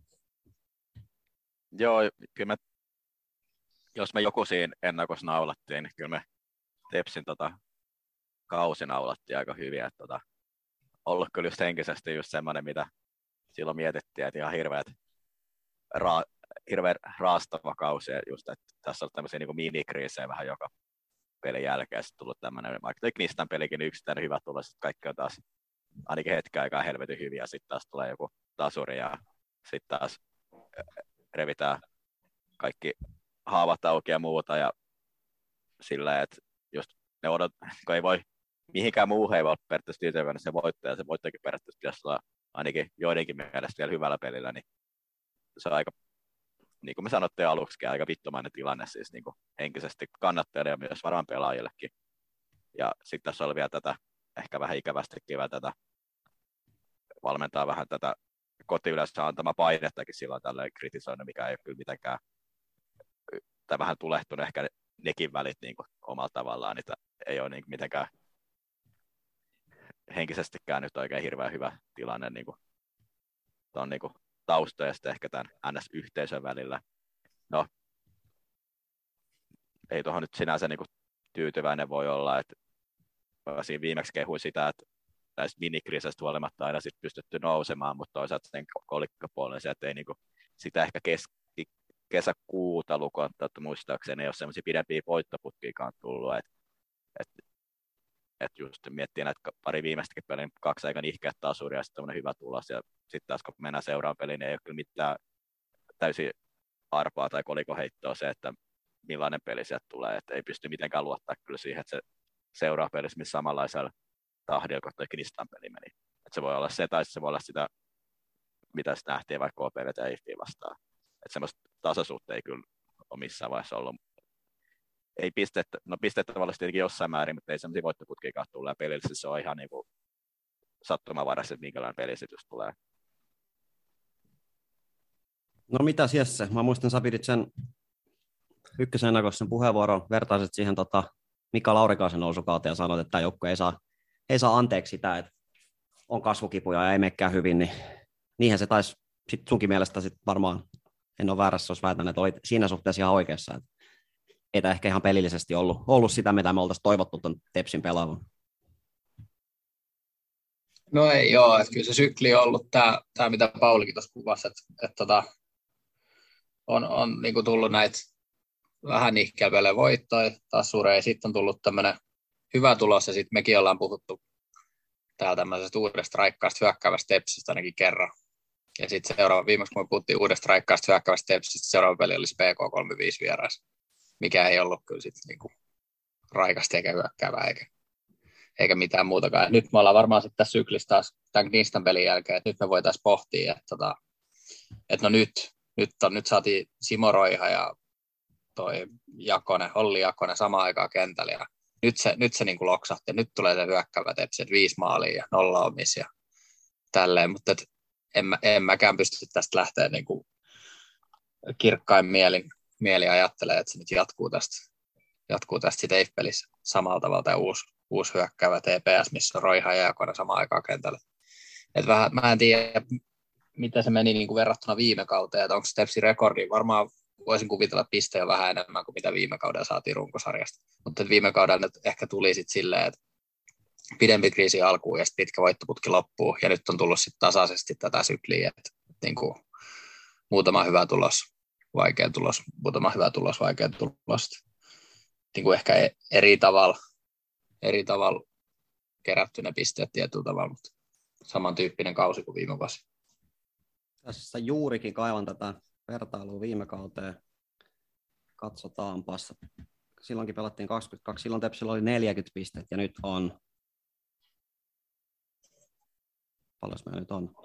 Joo, kyllä me, jos me joku siinä ennakossa naulattiin, niin kyllä me Tepsin tota, kausi naulattiin aika hyvin. Että, tota, ollut kyllä just henkisesti just semmoinen, mitä silloin mietittiin, että ihan hirveät, ra, hirveän raastava kausi. Just, että tässä on tämmöisiä niin kuin minikriisejä vähän joka pelin jälkeen. Sitten tullut tämmöinen, vaikka toi Knistan pelikin yksittäinen hyvä tulos, sitten kaikki on taas ainakin hetken aikaa helvetin hyviä. Sitten taas tulee joku tasuri ja sitten taas revitään kaikki haavat auki ja muuta. Ja sillä, että just ne odot, kun ei voi mihinkään muuhun ei voi periaatteessa tyytyväinen se voittaja, ja se voittajakin periaatteessa pitäisi olla ainakin joidenkin mielestä vielä hyvällä pelillä, niin se on aika, niin kuin me sanottiin aluksi, aika vittomainen tilanne siis niin kuin henkisesti kannattajille ja myös varmaan pelaajillekin. Ja sitten tässä oli vielä tätä, ehkä vähän ikävästikin vielä tätä, valmentaa vähän tätä kotiyleisössä antama painettakin silloin tälleen kritisoinut, mikä ei ole kyllä mitenkään, tai vähän tulehtunut ehkä nekin välit niin kuin omalla tavallaan, niitä ei ole niin mitenkään henkisestikään nyt oikein hirveän hyvä tilanne niin kuin, ton, niin kuin tausta ja sitten ehkä tämän N S-yhteisön välillä. No, ei tuohon nyt sinänsä niin kuin tyytyväinen voi olla, että siinä viimeksi kehui sitä, että näistä minikriiseistä huolimatta aina sit pystytty nousemaan, mutta toisaalta sen kolikkopuolella se, että ei niin kuin sitä ehkä kes- kesäkuuta lukuun ottamatta muistaakseni ei ole semmoisia pidempiä voittoputkiikaan tullut, että et, et just miettii näitä pari viimeistäkin pelin kaksi aika nihkeät tasuria ja sitten hyvä tulos, ja sitten taas kun mennään seuraan peliin, niin ei ole kyllä mitään täysin arpaa tai kolikoheittoa se, että millainen peli sieltä tulee, että ei pysty mitenkään luottaa kyllä siihen, että se seuraa pelissä missä samanlaisella tahdilla, kun toi Knistan peli meni. Että se voi olla se, tai se voi olla sitä, mitä sitten nähtiin vaikka K P V ja I F K vastaan. Että semmoista tasaisuutta ei kyllä ole missään vaiheessa ollut. Ei pistettä, no pistettä tavallaan tietenkin jossain määrin, mutta ei semmoisia voittoputkiikaan tule. Ja pelillä se on ihan niin kuin sattumanvaraisesti, että minkälainen pelisitys tulee. No mitäs Jesse? Mä muistan, sä pidit sen ykkösen ennakossa sen puheenvuoron, vertaisit siihen tota Mika Laurikaisen nousukauteen ja sanoit, että tämä joukkue ei saa, ei saa anteeksi sitä, että on kasvukipuja ja ei menekään hyvin, niin niinhän se taisi sit sunkin mielestä sit varmaan, en ole väärässä, jos väitän, että olit siinä suhteessa ihan oikeassa, että ei tämä ehkä ihan pelillisesti ollut, ollut sitä, mitä me oltaisiin toivottu tuon Tepsin pelaavan. No ei ole, että kyllä se sykli on ollut tämä, tämä mitä Paulikin tuossa kuvasi, että, että tota, on, on niin kuin tullut näitä vähän nihkeäpelejä voittoja, taas suureen, ja sitten on tullut tämmöinen hyvä tulos, ja sitten mekin ollaan puhuttu täällä tämmöisestä uudesta raikkaasta hyökkäävästä Tepsistä ainakin kerran. Ja sitten seuraava, viimeksi kun me puhuttiin uudesta raikkaasta hyökkäävästä Tepsistä, seuraava peli olisi P K kolmekymmentäviisi vieraissa, mikä ei ollut kyllä sitten niinku raikasta eikä hyökkäävää eikä, eikä mitään muutakaan. Nyt me ollaan varmaan sitten tässä syklissä taas tämän Knistan pelin jälkeen, että nyt me voitaisiin pohtia, että, tota, että no nyt, nyt, on, nyt saatiin Simo Roiha ja toi Jakonen, Olli Jakonen samaan aikaan kentällä, ja nyt se, nyt se niin kuin loksahti, nyt tulee se hyökkäävä Tepsi, että viisi maalia ja nolla omis ja tälleen, mutta et en, mä, en mäkään pysty tästä lähteä niin kuin kirkkain mielin, mieli ajattelemaan, että se nyt jatkuu tästä, jatkuu tästä sitten E I F-pelissä samalla tavalla, tämä uusi, uusi hyökkäävä T P S, missä on Roiha ja Jakonen samaan aikaan kentällä. Et vähän, mä en tiedä, miten se meni niin kuin verrattuna viime kauteen, että onko Tepsin rekordi, varmaan voisin kuvitella pistejä vähän enemmän kuin mitä viime kaudella saatiin runkosarjasta. Mutta viime kaudella nyt ehkä tuli sitten silleen, että pidempi kriisi alkuun ja sitten pitkä voittoputki loppuu. Ja nyt on tullut sitten tasaisesti tätä sykliä, että niin kuin muutama hyvä tulos, vaikea tulos, muutama hyvä tulos, vaikea tulos. Niin kuin ehkä eri tavalla, eri tavalla kerätty ne pisteet tietyllä tavalla, mutta samantyyppinen kausi kuin viime vuosi. Tässä juurikin kaivan tätä vertailua viime kauteen. Katsotaanpas. Silloinkin pelattiin kaksikymmentäkaksi, silloin Tepsillä oli neljäkymmentä pistettä ja nyt on... Paljon meillä nyt on?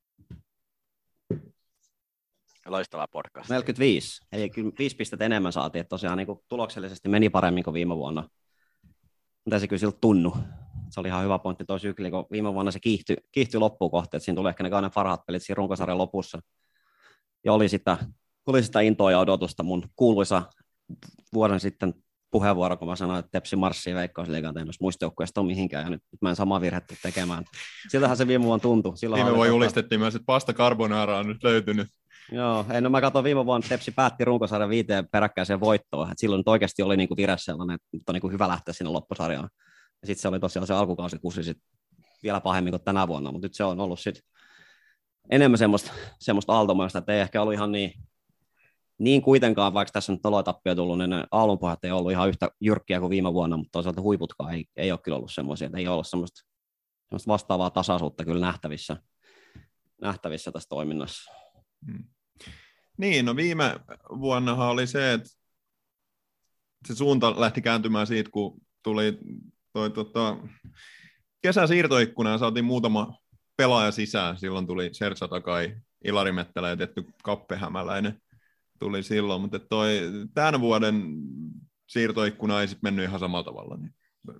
Loistava podcast. neljäkymmentäviisi, eli kyllä viisi pistettä enemmän saatiin, että tosiaan niin kuin tuloksellisesti meni paremmin kuin viime vuonna. Mutta ei se kyllä siltä tunnu. Se oli ihan hyvä pointti tuo sykli, kun viime vuonna se kiihtyi, kiihtyi loppuun kohti, että siinä tuli ehkä ne kahden parhaat pelit siinä runkosarjan lopussa. Ja oli sitä, oli sitä intoa ja odotusta. Mun kuuluisa vuoden sitten puheenvuoro, kun mä sanoin, että Tepsi marssii Veikkausliigaan, en olisi muistojoukkueesta ole mihinkään, ja nyt mä en samaa virhettä tekemään. Siltähän se viime vuonna tuntui. Silloin viime vuonna julistettiin myös, että pasta carbonara on nyt löytynyt. Joo, en, no mä katsoin viime vuonna, Tepsi päätti runkosarjan viiteen peräkkäiseen voittoon, että silloin nyt oikeasti oli niinku vire sellainen, että nyt on niinku hyvä lähteä sinne loppusarjaan. Ja sitten se oli tosiaan se alkukausi kusi sit vielä pahemmin kuin tänä vuonna, mutta nyt se on ollut sit enemmän semmoista, semmoista aaltomaista, että ei ehkä ollut ihan niin, niin kuitenkaan, vaikka tässä nyt olotappio tullut, niin ne aallonpohjat ei ollut ihan yhtä jyrkkiä kuin viime vuonna, mutta toisaalta huiputkaan ei, ei ole kyllä ollut semmoisia, että ei ole ollut semmoista, semmoista vastaavaa tasaisuutta kyllä nähtävissä, nähtävissä tässä toiminnassa. Hmm. Niin, no viime vuonnahan oli se, että se suunta lähti kääntymään siitä, kun tuli toi tota, kesäsiirtoikkuna ja saatiin muutama pelaaja sisään. Silloin tuli Sersa Takai, Ilari Mettälä ja tietty Kappe Hämäläinen tuli silloin, mutta toi tämän vuoden siirtoikkuna ei sitten mennyt ihan samalla tavalla. Niin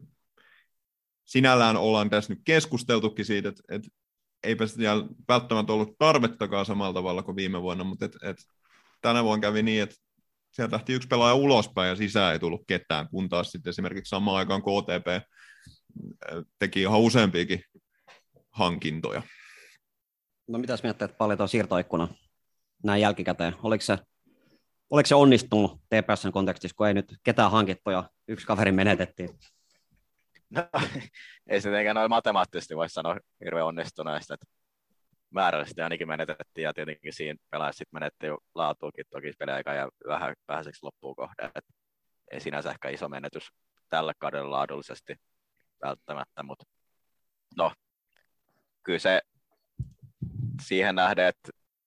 sinällään ollaan tässä nyt keskusteltukin siitä, että, että eipä siellä välttämättä ollut tarvettakaan samalla tavalla kuin viime vuonna, mutta et, et, tänä vuonna kävi niin, että sieltä lähti yksi pelaaja ulospäin ja sisään ei tullut ketään, kun taas sitten esimerkiksi samaan aikaan K T P teki ihan useampiakin hankintoja. No mitäs miettii, että paljon tuo siirtoikkuna näin jälkikäteen? Oliko se, oliko se onnistunut T P S:n kontekstissa, kun ei nyt ketään hankittu ja yksi kaveri menetettiin? No, ei se tietenkään noin matemaattisesti voi sanoa hirveän onnistuneesta, että määrällisesti ainakin menetettiin ja tietenkin siinä pelaajat sitten menetti laatuukin toki peliaikaa ja vähän vähäiseksi loppuun kohden. Et ei sinänsä ehkä iso menetys tällä kaudella laadullisesti välttämättä, mutta no, kyllä se siihen nähden, että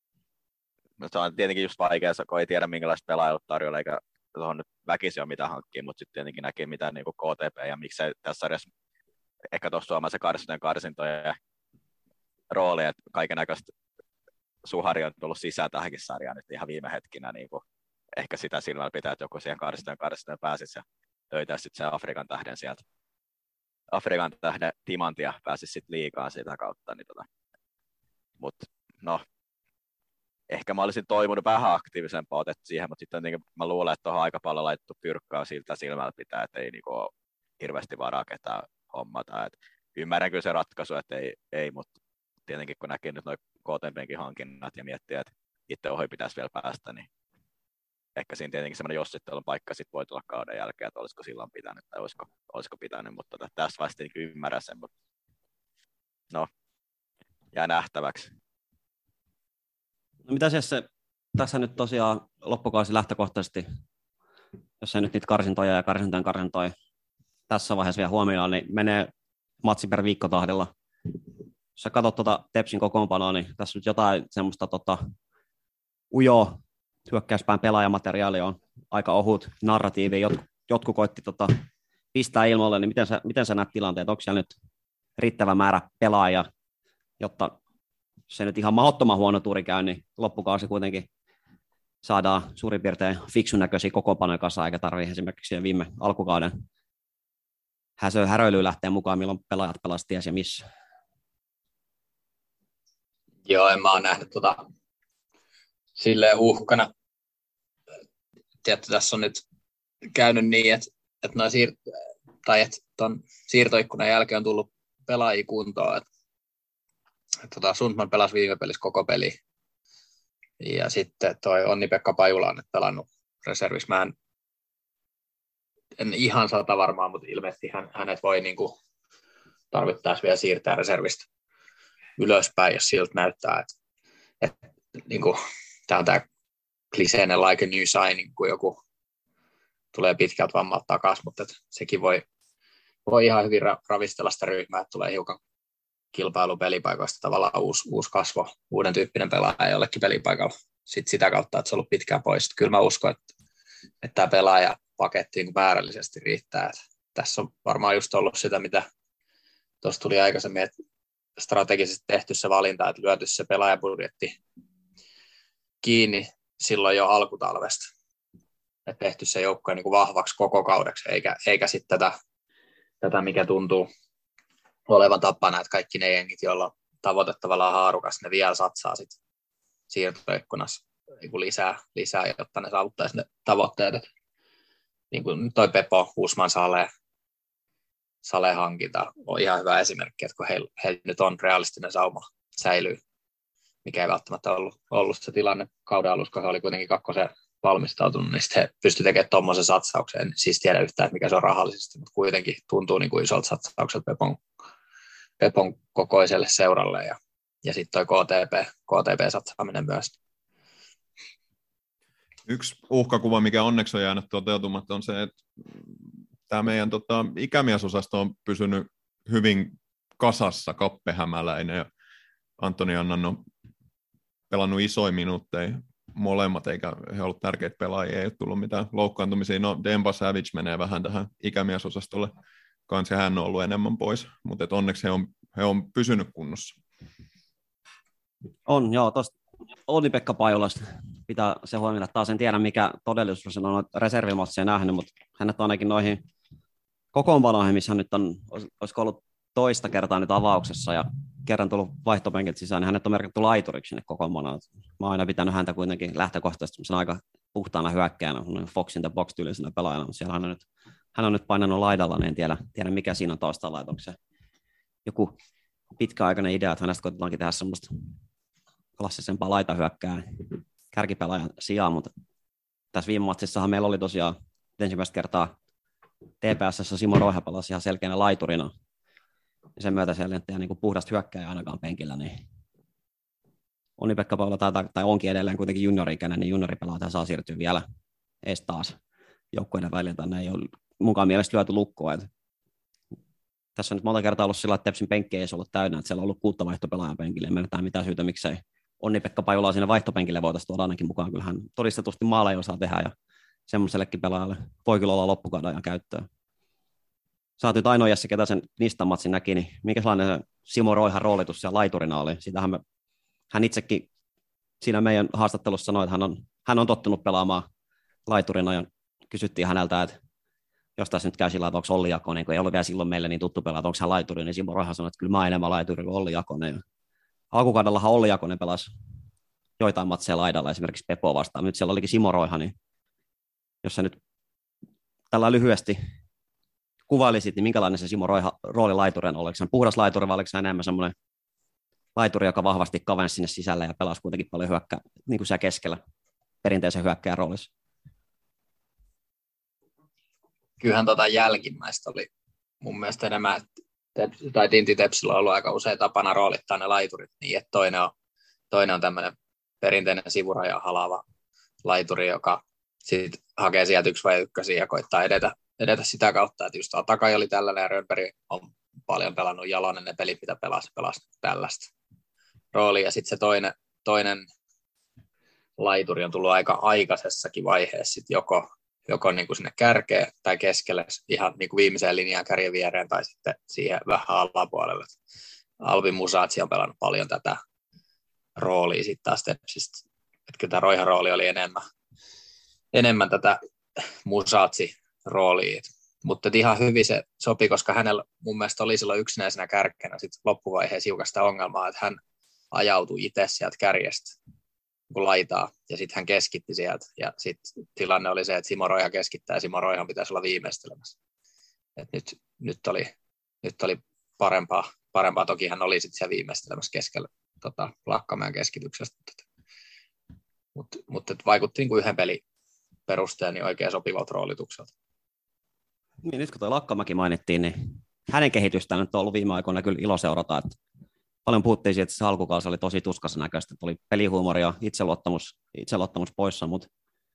se on tietenkin just vaikea, kun ei tiedä minkälaista pelaajat tarjolla, eikä tuohon nyt väkisin ole mitään hankkia, mutta sitten tietenkin näkee mitään niin kuin K T P ja miksei tässä sarjassa ehkä tuossa suomalaisen karsintojen karsintojen rooli, että kaikennäköistä suhari on tullut sisään tähänkin sarjaan nyt ihan viime hetkinä, niin kuin ehkä sitä silmällä pitää, että joku siihen karsintojen karsintojen pääsisi ja löytäisi sitten sen Afrikan tähden sieltä. Afrikan tähden timantia pääsisi sitten liigaan sitä kautta. Niin tota. Mutta no, ehkä mä olisin toivonut vähän aktiivisempaa otettu siihen, mutta sitten mä luulen, että tuohon aika paljon laitettu pyrkkaa siltä silmällä pitää, että ei niinku ole hirveästi varaa ketään hommata. Et ymmärrän kyllä se ratkaisu, että ei, ei mutta tietenkin kun näkee nyt noin K T P:nkin hankinnat ja miettii, että itse ohi pitäisi vielä päästä, niin ehkä siinä tietenkin semmoinen jossittelun paikka sit voi tulla kauden jälkeen, että olisiko silloin pitänyt tai olisiko, olisiko pitänyt, mutta tota, tässä vaiheessa niin ymmärrän sen, mutta no, jää nähtäväksi. No mitä se, se tässä nyt tosiaan loppukausi lähtökohtaisesti, jos ei nyt niitä karsintoja ja karsintojen karsintoja tässä vaiheessa vielä huomioon, niin menee matsi per viikko tahdilla. Jos sä katsot tuota Tepsin kokoonpanoa, niin tässä nyt jotain semmoista tota, ujoa hyökkäyspään pelaajamateriaali on aika ohut narratiivi. Jot, jotkut koitti tota, pistää ilmoille, niin miten sä, miten sä näet tilanteet? Onko siellä nyt riittävä määrä pelaajia, jotta se nyt ihan mahdottoman huono tuuri käy, niin loppukausi kuitenkin saadaan suurin piirtein fiksun näköisiä kokoonpanoja kasaan, eikä tarvitse esimerkiksi viime alkukauden häsö häröilyyn lähteä mukaan, milloin pelaajat pelasivat ties ja missä. Joo, en mä ole nähnyt tota silleen uhkana. Tiedätkö, tässä on nyt käynyt niin, että, että, siir- tai että ton siirtoikkunan jälkeen on tullut pelaajia kuntoon. Että, että tota Sundman pelasi viime pelissä koko peli. Ja sitten toi Onni-Pekka Pajula on nyt pelannut reservissä. Mä en, en ihan sata varmaan, mutta ilmeisesti hän, hänet voi niin kuin tarvittaessa vielä siirtää reservistä ylöspäin, jos siltä näyttää, että, että niin kuin, tämä on tämä kliseinen like a new signing, kun joku tulee pitkältä vammalta takaisin, mutta että sekin voi, voi ihan hyvin ravistella sitä ryhmää, että tulee hiukan kilpailu pelipaikoista, tavallaan uusi, uusi kasvo, uuden tyyppinen pelaaja jollekin pelipaikalla. Sitten sitä kautta, että se on ollut pitkään pois. Kyllä mä uskon, että, että tämä pelaajapaketti niin määrällisesti riittää. Että tässä on varmaan just ollut sitä, mitä tuossa tuli aikaisemmin, että strategisesti tehty se valinta, että lyöty se pelaajabudjetti kiinni silloin jo alkutalvesta. Että tehty se joukko niin kuin vahvaksi koko kaudeksi, eikä, eikä sitten tätä, tätä, mikä tuntuu olevan tapana, että kaikki ne jengit, joilla on tavoite tavallaan haarukas, ne vielä satsaa sit siirtoikkunassa niin lisää, lisää, jotta ne saavuttaisi ne tavoitteet. Et niin kuin toi Pepo, Usman Sale, Sale-hankinta on ihan hyvä esimerkki, että kun heillä, heillä nyt on realistinen sauma säilyy, mikä ei välttämättä ollut, ollut se tilanne kauden alussa, kun he oli kuitenkin kakkosen valmistautunut, niin sitten he pystyivät tekemään tuommoisen satsauksen. En siis tiedä yhtään, että mikä se on rahallisesti, mutta kuitenkin tuntuu niin kuin isolta satsaukselta Pepon, Pepon kokoiselle seuralle ja, ja sitten toi K T P, K T P-satsaaminen myös. Yksi uhkakuva, mikä onneksi on jäänyt toteutumatta, on se, että tämä meidän tota, ikämiesosasto on pysynyt hyvin kasassa, Kappe-Hämäläinen ja Antoni Annan on pelannut isoja minuutteja molemmat, eikä he ollut tärkeitä pelaajia, ei ole tullut mitään loukkaantumisia. No Demba Savage menee vähän tähän ikämiesosastolle kanssa, ja hän on ollut enemmän pois, mutta onneksi he on, he on pysynyt kunnossa. On, joo, tuosta Onni-Pekka Pajulasta pitää se huomioida. Taas en tiedä, mikä todellisuus on reservimatseja nähnyt, mutta hänet on ainakin noihin kokoonpanoihin, missä hän nyt on, olisiko ollut toista kertaa nyt avauksessa ja kerran tullut vaihtopenkiltä sisään, niin hänet on merkitty laituriksi sinne kokoonpanoon. Mä oon aina pitänyt häntä kuitenkin lähtökohtaisesti aika puhtaana hyökkäänä, Fox in the box -tyylisenä pelaajana, mutta siellä hän on nyt, hän on nyt painanut laidalla, niin en tiedä, tiedä mikä siinä on taustalla, että onko se joku pitkäaikainen idea, että hänestä koetetaankin tehdä semmoista klassisempaa laitahyökkää kärkipelaajan sijaan, mutta tässä viime matsissahan meillä oli tosiaan ensimmäistä kertaa T P S:ssä Simo Roiha pelasi ihan selkeänä laiturina, ja sen myötä siellä ei ole niin puhdasta hyökkääjää ainakaan penkillä, niin Onni-Pekka Pajula tai, tai onkin edelleen kuitenkin juniori-ikäinen, niin junioripelaaja saa siirtyä vielä ees taas joukkueiden välillä, tänne ei ole mukaan mielestä lyöty lukkoa. Että tässä on nyt monta kertaa ollut sillä, että Tepsin penkki ei ollut täynnä, että siellä on ollut kuutta vaihtopelaajan penkille, ei meillä mitään syytä, miksei Onni-Pekka Pajulaa sinne vaihtopenkille voitaisiin tuoda ainakin mukaan, kyllä hän todistetusti maalla ei osaa tehdä, ja semmoisellekin pelaajalle voi kyllä olla loppukauden ajan käyttöön. Sä oot nyt ainoa Jesse, ketä sen Nistan-matsin näki, niin minkälainen se Simo Roihan roolitus siellä laiturina oli? Siitähän me, hän itsekin siinä meidän haastattelussa sanoi, että hän on, hän on tottunut pelaamaan laiturina, ja kysyttiin häneltä, että jos tässä nyt käy sillä, että onko Olli Jakonen, kun ei ollut vielä silloin meille niin tuttu pelaa, että onko hän laituri, niin Simo Roihan sanoi, että kyllä mä oon enemmän laituri kuin Olli Jakonen. Alkukaudellahan Olli Jakonen pelasi joitain matseja laidalla, esimerkiksi Pepoa vastaan. Nyt siellä olikin Simo Roiha, niin jos se nyt tällä lyhyesti kuvailisit, niin minkälainen se Simo Roiha rooli laiturina, oliko se puhdas laituri vai oliko se enemmän semmoinen laituri, joka vahvasti kavensi sinne sisälle ja pelasi kuitenkin paljon hyökkää, niin kuin siellä keskellä perinteisen hyökkääjän roolissa? Kyllähän tota jälkimmäistä oli mun mielestä enemmän, että tai Tinti Tepsillä on ollut aika usein tapana roolittaa ne laiturit niin, että toinen on, toinen on tämmöinen perinteinen sivuraja halaava laituri, joka sitten hakee sieltä yksi vai ykkösiä ja koittaa edetä, edetä sitä kautta, että just Takai oli tällainen ja Rönnberg on paljon pelannut Jalonen ne pelit, mitä pelasi, pelasi tällaista roolia. Ja sitten se toinen, toinen laituri on tullut aika aikaisessakin vaiheessa sit joko, joko niin kuin sinne kärkeen tai keskelle ihan niin kuin viimeiseen linjaan kärjen viereen tai sitten siihen vähän alapuolelle. Alvin Musatsi on pelannut paljon tätä roolia sitten taas Tepsistä. Että kyllä tämä Roihan rooli oli enemmän, enemmän tätä Musatsi-roolia. Mutta ihan hyvin se sopi, koska hänellä mun mielestä oli silloin yksinäisenä kärkkenä sit loppuvaiheessa hiukan sitä ongelmaa, että hän ajautui itse sieltä kärjestä kun laitaa, ja sitten hän keskitti sieltä, ja sitten tilanne oli se, että Simo Roiha keskittää, ja Simo Roihan pitäisi olla viimeistelemässä. Et nyt, nyt, oli, nyt oli parempaa, parempaa, toki hän oli sitten siellä viimeistelemässä keskellä tota, Lakkamäen keskityksestä, mutta mut, vaikutti niin kuin yhden pelin perusteen niin oikein sopivalta roolitukselta. Niin, nyt kun tuo Lakkamäki mainittiin, niin hänen kehitystään nyt on ollut viime aikoina kyllä ilo seurata, että paljon puhuttiin siitä, että se alkukausi oli tosi tuskaisen näköistä, että oli pelihuumori ja itseluottamus, itseluottamus poissa, mutta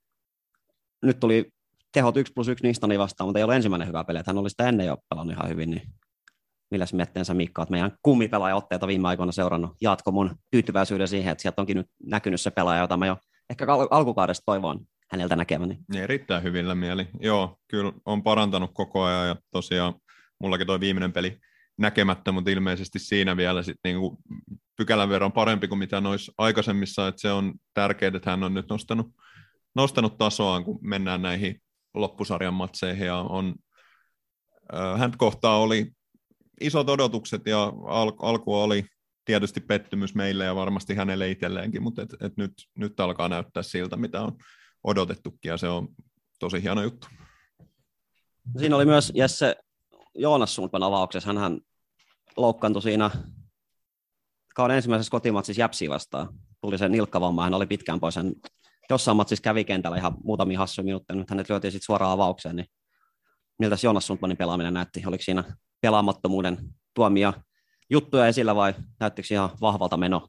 nyt tuli tehot yksi plus yksi Nistoni vastaan, mutta ei ole ensimmäinen hyvä peli, että hän oli sitä ennen jo pelannut ihan hyvin, niin milläs mietteensä Mikka, että meidän kummipelaaja-otteita viime aikoina seurannut, jatko mun tyytyväisyyden siihen, että sieltä onkin nyt näkynyt se pelaaja, jota mä jo ehkä alkukaudesta toivon häneltä näkeväni. Niin, erittäin hyvillä mieli. Joo, kyllä on parantanut koko ajan ja tosiaan mullakin toi viimeinen peli näkemättä, mutta ilmeisesti siinä vielä sit niinku pykälän verran parempi kuin mitä noissa aikaisemmissa, että se on tärkeää, että hän on nyt nostanut, nostanut tasoaan, kun mennään näihin loppusarjan matseihin ja on, äh, hän kohtaa oli isot odotukset ja al- alku oli tietysti pettymys meille ja varmasti hänelle itselleenkin, mutta et, et nyt, nyt alkaa näyttää siltä, mitä on odotettukin ja se on tosi hieno juttu. Siinä oli myös Jesse Joonas Sundman avauksessa. Hänhän loukkaantui siinä kauden ensimmäisessä kotimatsissa Jäpsiä vastaan. Tuli se nilkkavamma, hän oli pitkään pois. Hän jossain matsissa kävi kentällä ihan muutamia hassuja minuutteja, nyt hänet lyötiin sitten suoraan avaukseen. Niin miltä Joonas Sundmanin pelaaminen näytti? Oliko siinä pelaamattomuuden tuomia juttuja esillä vai näyttikö ihan vahvalta meno?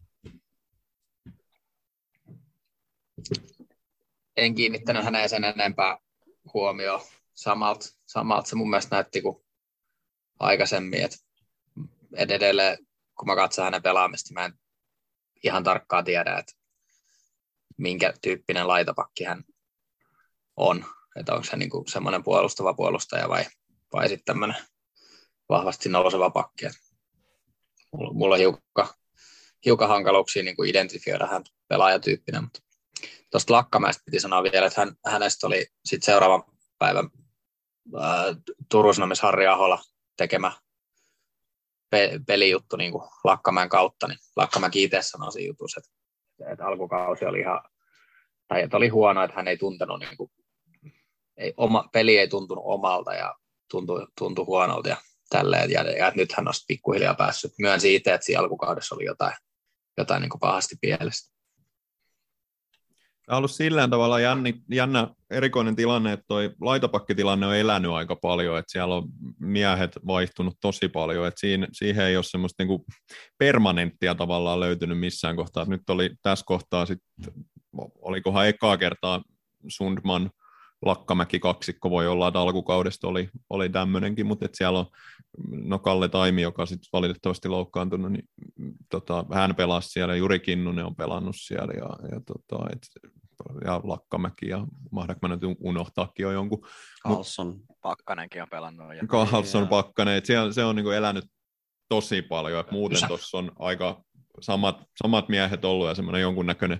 En kiinnittänyt häneen sen enempää huomioon. Samalta, samalta se mun mielestä näytti kuin aikaisemmin. Et edelleen, kun mä katson hänen pelaamista, mä en ihan tarkkaan tiedä, että minkä tyyppinen laitapakki hän on. Että onko se niinku semmoinen puolustava puolustaja vai, vai sitten tämmöinen vahvasti nouseva pakki. Et mulla, mulla on hiukan, hiukan hankaluuksia niinku identifioida hän pelaajatyyppinen, mutta tuosta Lakkamäestä piti sanoa vielä, että hän, hänestä oli sitten seuraavan päivän ää, Turun Sanomissa Harri Ahola tekemä pe- pelijuttu niin kuin Lakkamäen kautta, niin Lakkamäki itse sanoi siinä jutussa, että, että alkukausi oli ihan, tai että oli huono, että hän ei tuntenut, niin kuin, ei, oma, peli ei tuntunut omalta ja tuntui, tuntui huonolta ja tälleen, ja, ja että nyt hän olisi pikkuhiljaa päässyt myönsi itse, että siinä alkukaudessa oli jotain, jotain niin kuin pahasti pielessä. Tämä on ollut sillä tavalla jänni, jännä erikoinen tilanne, että toi laitapakkitilanne on elänyt aika paljon, että siellä on miehet vaihtunut tosi paljon, että siinä, siihen ei ole semmoista niinku permanenttia tavallaan löytynyt missään kohtaa. Nyt oli tässä kohtaa sitten, olikohan ekaa kertaa Sundman, Lakkamäki kaksikko, voi olla, että alkukaudesta oli, oli tämmöinenkin, mutta että siellä on no Kalle Taimi, joka sitten valitettavasti loukkaantunut, niin tota, hän pelasi siellä, Juri Kinnunen on pelannut siellä, ja, ja, tota, et, ja Lakkamäki, ja mahdanko mä nyt unohtaakin jo jonkun. Carlson Pakkanenkin on pelannut. Ja... Carlson Pakkanen, että siellä, se on niinku elänyt tosi paljon, että muuten tuossa on aika samat, samat miehet ollut, ja semmoinen jonkunnäköinen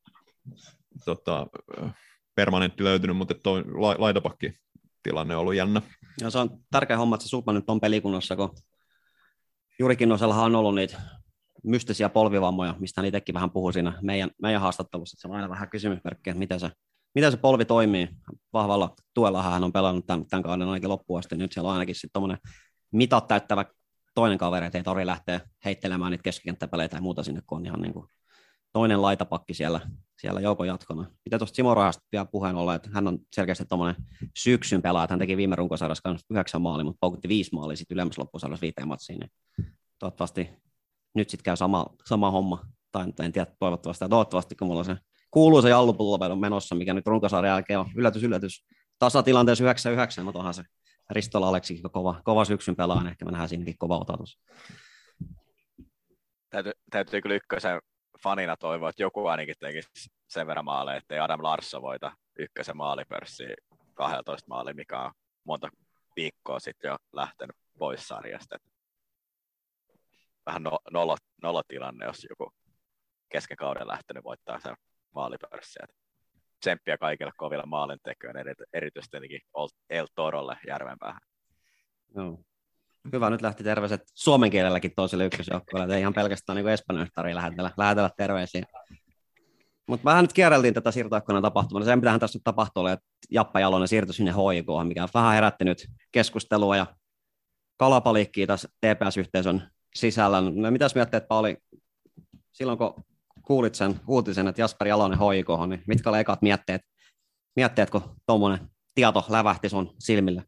tota, permanentti löytynyt, mutta tuo laitapakkitilanne on ollut jännä. Ja se on tärkeä homma, että se Sundman nyt on pelikunnassa, kun Juri Kinnosellahan on ollut niitä mystisiä polvivammoja, mistä hän itsekin vähän puhui siinä meidän, meidän haastattelussa, että se on aina vähän kysymysmerkkiä, että miten se miten se polvi toimii. Vahvalla tuella hän on pelannut tämän, tämän kauden ainakin loppuun asti. Nyt siellä on ainakin sitten tuommoinen mitat täyttävä toinen kaveri, että ei tarvitse lähteä heittelemään niitä keskikenttäpelejä tai muuta sinne, kun on ihan niin kuin toinen laitapakki siellä, siellä joukon jatkona. Mitä tuosta Simo Rahasta vielä puheen olla, että hän on selkeästi tuommoinen syksyn pelaaja, että hän teki viime runkosarjassa kanssa yhdeksän maalia, mutta paukutti viisi maalia sitten ylemmässä loppusarjassa viiteen matsiin. Niin toivottavasti nyt sitten käy sama, sama homma, tai en tiedä toivottavasti ja toivottavasti, kun mulla on se kuuluisa jallupullo menossa, mikä nyt runkosarjan jälkeen on yllätys, yllätys. Tasatilanteessa yhdeksän yhdeksän, mutta onhan se Ristola Aleksikin kova, kova syksyn pelaaja, niin ehkä me nähdään siinäkin kova otatus. Täytyy, täytyy kyllä ykkösen fanina toivoa, että joku ainakin tekisi sen verran maaleja, ettei Adam Larsson voita ykkösen maalipörssiä kaksitoista maali, mikä on monta viikkoa sitten jo lähtenyt pois sarjasta. Vähän no, nolo, nolotilanne, jos joku keskikauden lähtenyt voittaa sen maalipörssiä. Tsemppiä kaikille kovilla maalintekijöille, erityisesti El Torolle Järvenpäähän. No. Hyvä, nyt lähti terveiset suomen kielelläkin toiselle ykkösjoukkueelle, että ei ihan pelkästään niin Espanjan-yhtäriin lähetellä, lähetellä terveisiä. Mutta vähän nyt kierreltiin tätä siirtoikkunan tapahtumaa. Sen mitähän tässä nyt tapahtui, että Jappa Jalonen siirtyi sinne H I K:han, mikä on vähän herättänyt keskustelua ja kalapaliikkiä tässä T P S-yhteisön sisällä. No, mitäs mietteet, Pauli, silloin kun kuulit sen uutisen, että Jasper Jalonen H I K:han, niin mitkä oli ekat mietteet, mietteet kun tuommoinen tieto lävähti sun silmille?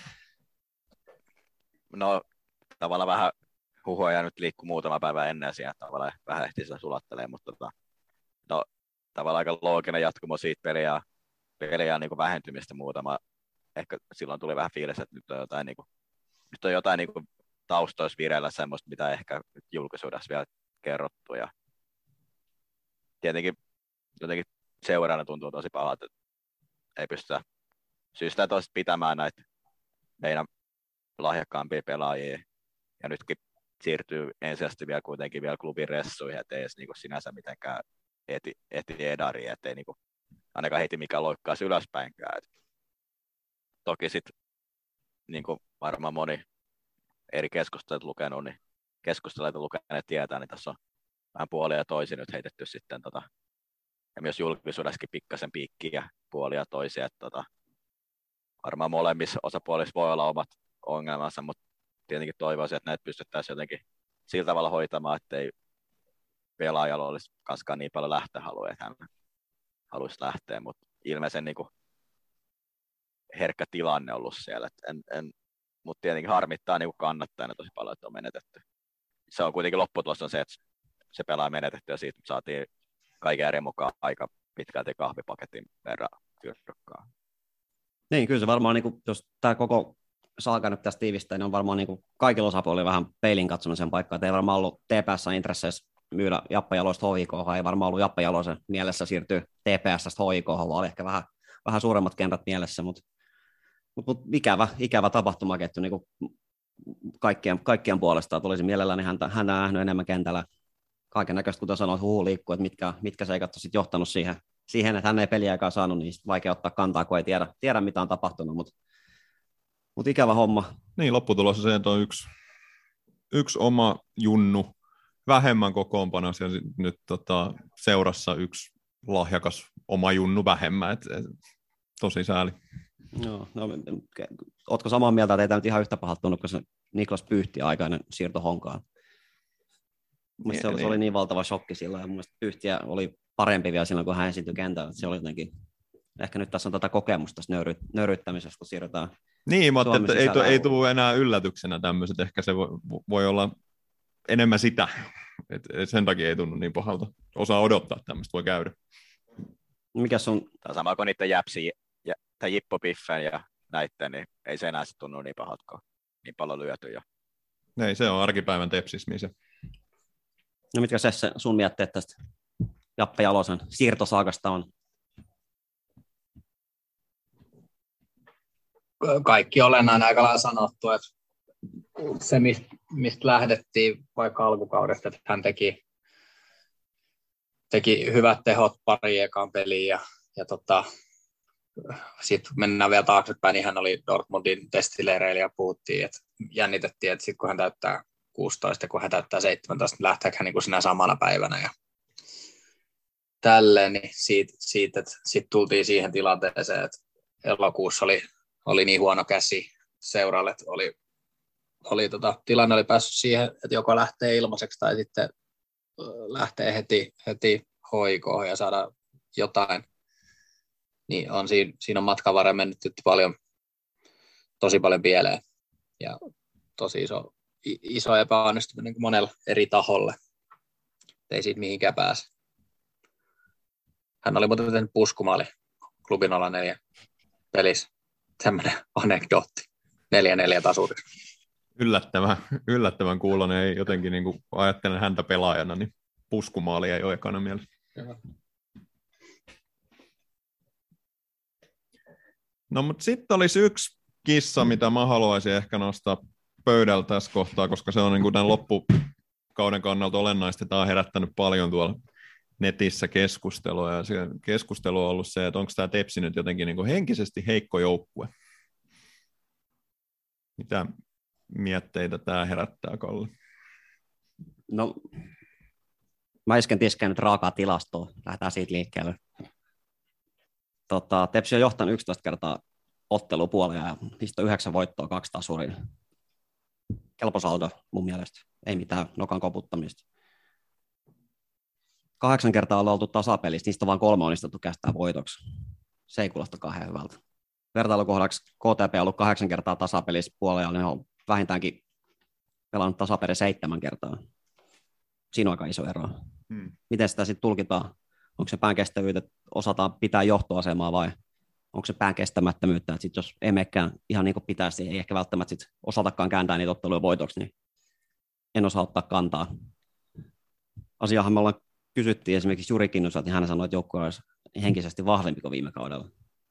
No tavallaan vähän huhuja nyt liikkuu muutama päivä ennen siihen, tavallaan vähän ehti sitä sulattelemaan, mutta tota, no, tavallaan aika looginen jatkumo siitä peliä, peliä niin kuin vähentymistä muutama. Ehkä silloin tuli vähän fiilis, että nyt on jotain, niin kuin, nyt on jotain niin kuin taustoissa vireillä semmoista, mitä ehkä julkisuudessa vielä kerrottu. Ja tietenkin jotenkin seuraana tuntuu tosi pahalta, että ei pystytä syystä toista pitämään näitä meidän lahjakkaampia pelaajia, ja nytkin siirtyy ensisijaisesti vielä kuitenkin vielä klubin ressuihin, ettei edes niinku sinänsä mitenkään eti, eti edariin, ettei niinku ainakaan heti mikään loikkaisi ylöspäinkään. Et toki sitten niinku varmaan moni eri keskustelut lukenut, niin keskusteluita lukeneet tietää, niin tässä on vähän puolia ja toisin nyt heitetty sitten, tota, ja myös julkisuudessakin pikkasen piikkiä puolia toisia, että tota, varmaan molemmissa osapuolissa voi olla omat ongelmansa, mutta tietenkin toivoisin, että näitä pystyttäisiin jotenkin sillä tavalla hoitamaan, ettei pelaajalla olisi kaskaan niin paljon lähtöhalua, että hän haluaisi lähteä, mutta ilmeisen niin kuin herkkä tilanne ollut siellä, en, en, mutta tietenkin harmittaa niin kuin kannattajana tosi paljon, että on menetetty. Se on kuitenkin lopputulos on se, että se pelaa menetetty ja siitä saatiin kaiken eri mukaan aika pitkälti kahvipaketin verran tyrkkaa. Niin, kyllä se varmaan, niin kuin, jos tämä koko salka nyt tästä tiivistää, niin on varmaan niin kuin kaikilla osapuolilla vähän peilin katsomisen paikkaa. Että ei varmaan ollut T P S-intresseissä myydä Jappa Jaloista H I K:han, ei varmaan ollut Jappa Jaloisen mielessä siirtyä T P S:stä H I K:han, vaan oli ehkä vähän, vähän suuremmat kentät mielessä, mutta mut, mut ikävä, ikävä tapahtumaketju niin kuin kaikkien, kaikkien puolestaan. Tulisin mielelläni häntä, häntä nähnyt enemmän kentällä. Kaiken näköistä, kuten sanoit, huhu liikkuu, että mitkä, mitkä seikat on sitten johtanut siihen, siihen, että hän ei peliaikaa saanut, niin vaikea ottaa kantaa, kun ei tiedä, tiedä mitä on tapahtunut, mutta mut ikävä homma. Niin, lopputulos on se, että on yksi, yksi oma junnu vähemmän kokoonpanossa ja nyt tota, seurassa yksi lahjakas oma junnu vähemmän, et, et, tosi sääli. Joo, no, ootko samaa mieltä, että ei tämä nyt ihan yhtä pahalta tunnu, kun se Niklas Pyhti aikainen siirto Honkaan? Mielestäni se, niin. se oli niin valtava shokki silloin, ja mun mielestä Pyhtiä oli parempi vielä silloin, kun hän esiintyi kentällä. Se oli jotenkin, ehkä nyt tässä on tätä kokemusta tästä nöyry, nöyryttämisestä, kun siirrytään. Niin, mutta että ei, tu, ei tule enää yllätyksenä tämmöiset, ehkä se voi, voi olla enemmän sitä, et, et sen takia ei tunnu niin pahalta. Osaa odottaa tämmöistä, voi käydä. Mikä sun... Tämä on sama kuin niiden Jäpsi ja, tai Jippo Piffen ja näitten, niin ei se enää tunnu niin pahalta, kun niin paljon lyöty jo. Ei, se on arkipäivän tepsismi se. No mitkä se sun mietteet tästä Jappe Jalosen siirtosaakasta on? Kaikki olennainen aika lailla sanottu, että se mistä lähdettiin vaikka alkukaudesta, että hän teki, teki hyvät tehot pari ekaan peliin ja, ja tota, sitten mennään vielä taaksepäin, niin hän oli Dortmundin testileireillä ja puhuttiin, että jännitettiin, että sitten kun hän täyttää kuusitoista ja kun hän täyttää seitsemäntoista, niin lähteekö hän niin kuin sinä samana päivänä. Ja tälleen, niin siitä, siitä että sitten tultiin siihen tilanteeseen, että elokuussa oli, oli niin huono käsi seuralle, että oli, oli tota, tilanne oli päässyt siihen, että joko lähtee ilmaiseksi tai sitten lähtee heti, heti hoikoon ja saada jotain, niin on siinä, siinä on matkan varrella mennyt paljon, tosi paljon pieleen ja tosi iso, iso epäonnistuminen niin monella eri taholle. Ei siitä mihinkään pääse. Hän oli muuten tehnyt puskumaali klubin nolla neljä pelissä. Tämmöinen anekdootti. neljä neljä tasuriksi. Yllättävän, yllättävän kuulonen. Ei jotenkin niin kuin ajattelen häntä pelaajana, niin puskumaali ei ole ekana mielessä. No mutta sitten olisi yksi kissa, mitä mä haluaisin ehkä nostaa pöydällä tässä kohtaa, koska se on niin kuin tämän loppukauden kannalta olennaista. Tämä on herättänyt paljon tuolla netissä keskustelua, ja keskustelu on ollut se, että onko tämä Tepsi nyt jotenkin niin kuin henkisesti heikko joukkue. Mitä mietteitä tämä herättää, Kalle? No, mä äsken tiskään nyt raakaa tilastoa. Lähdetään siitä liikkeelle. Tota, Tepsi on johtanut yksitoista kertaa ottelupuolia ja niistä on yhdeksän voittoa, kaksi tasuria. Kelpo saldo mun mielestä. Ei mitään nokan koputtamista. Kahdeksan kertaa on oltu tasapelissä, niistä on vain kolme onnistettu kästää voitoksi. Se ei kuulosta kahden hyvältä. Vertailukohdaksi K T P on ollut kahdeksan kertaa tasapelissä puolella, ne on vähintäänkin pelannut tasapeli seitsemän kertaa. Siinä on aika iso ero. Hmm. Miten sitä sitten tulkitaan? Onko se pään kestävyyttä, että osataan pitää johtoasemaa vai onko se pään kestämättömyyttä, että sit jos ei menekään ihan niin kuin pitäisi, ei ehkä välttämättä sit osatakaan kääntää niitä otteluja voitoksi, niin en osaa ottaa kantaa. Asiahan me ollaan kysyttiin esimerkiksi Juri Kinnuselta, niin hän sanoi, että joukkue olisi henkisesti vahvempi kuin viime kaudella.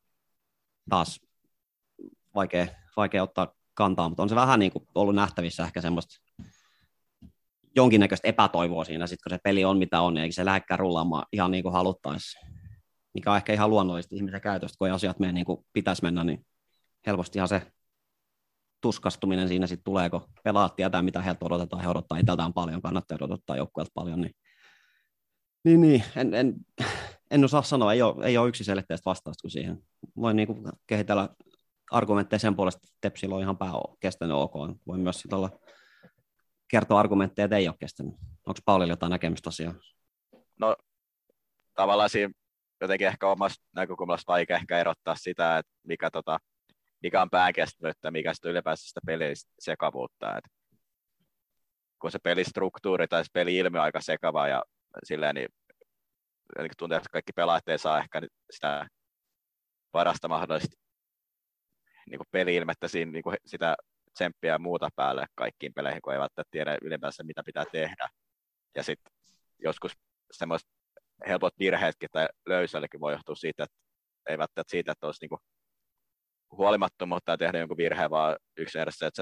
Taas vaikea, vaikea ottaa kantaa, mutta on se vähän niin kuin ollut nähtävissä ehkä semmoista jonkinnäköistä epätoivoa siinä, sit kun se peli on mitä on, eikä se lähdekään rullaamaan ihan niin kuin haluttaisiin. Mikä on ehkä ihan luonnollista ihmisen käytöstä, kun ei asiat mene niin kuin pitäisi mennä, niin helpostihan se tuskastuminen siinä sitten tulee, kun pelaat tietää, mitä heiltä odotetaan, he odottaa itseltään paljon, kannattaa odottaa joukkueelta paljon, niin Niin, niin. En, en, en osaa sanoa, ei ole, ei ole yksiselitteistä vastausta kuin siihen. Voin niin kuin kehitellä argumentteja sen puolesta, että Tepsillä on ihan pää kestänyt ok. Voin myös sit olla, kertoa argumentteja, että ei ole kestänyt. Onko Paulilla jotain näkemystä asiaa? No tavallaan siinä jotenkin ehkä omasta näkökulmasta vaikea ehkä erottaa sitä, että mikä, tota, mikä on päänkestävyyttä, mikä sitten ylipäänsä sitä pelistä sekavuutta. Et kun se pelistruktuuri tai se peli-ilmiö on aika sekava ja silleen, niin tuntuu, että kaikki pelaajat ei saa ehkä sitä parasta mahdollista niin peli-ilmettä siinä, niin sitä tsemppiä ja muuta päälle kaikkiin peleihin, kun ei välttämättä tiedä ylipäänsä, mitä pitää tehdä. Ja sitten joskus semmoiset helpot virheetkin tai löysällekin voi johtua siitä, että ei välttämättä siitä, että olisi niin huolimattomuutta tai tehdä jonkun virheen, vaan yksi edessä, että se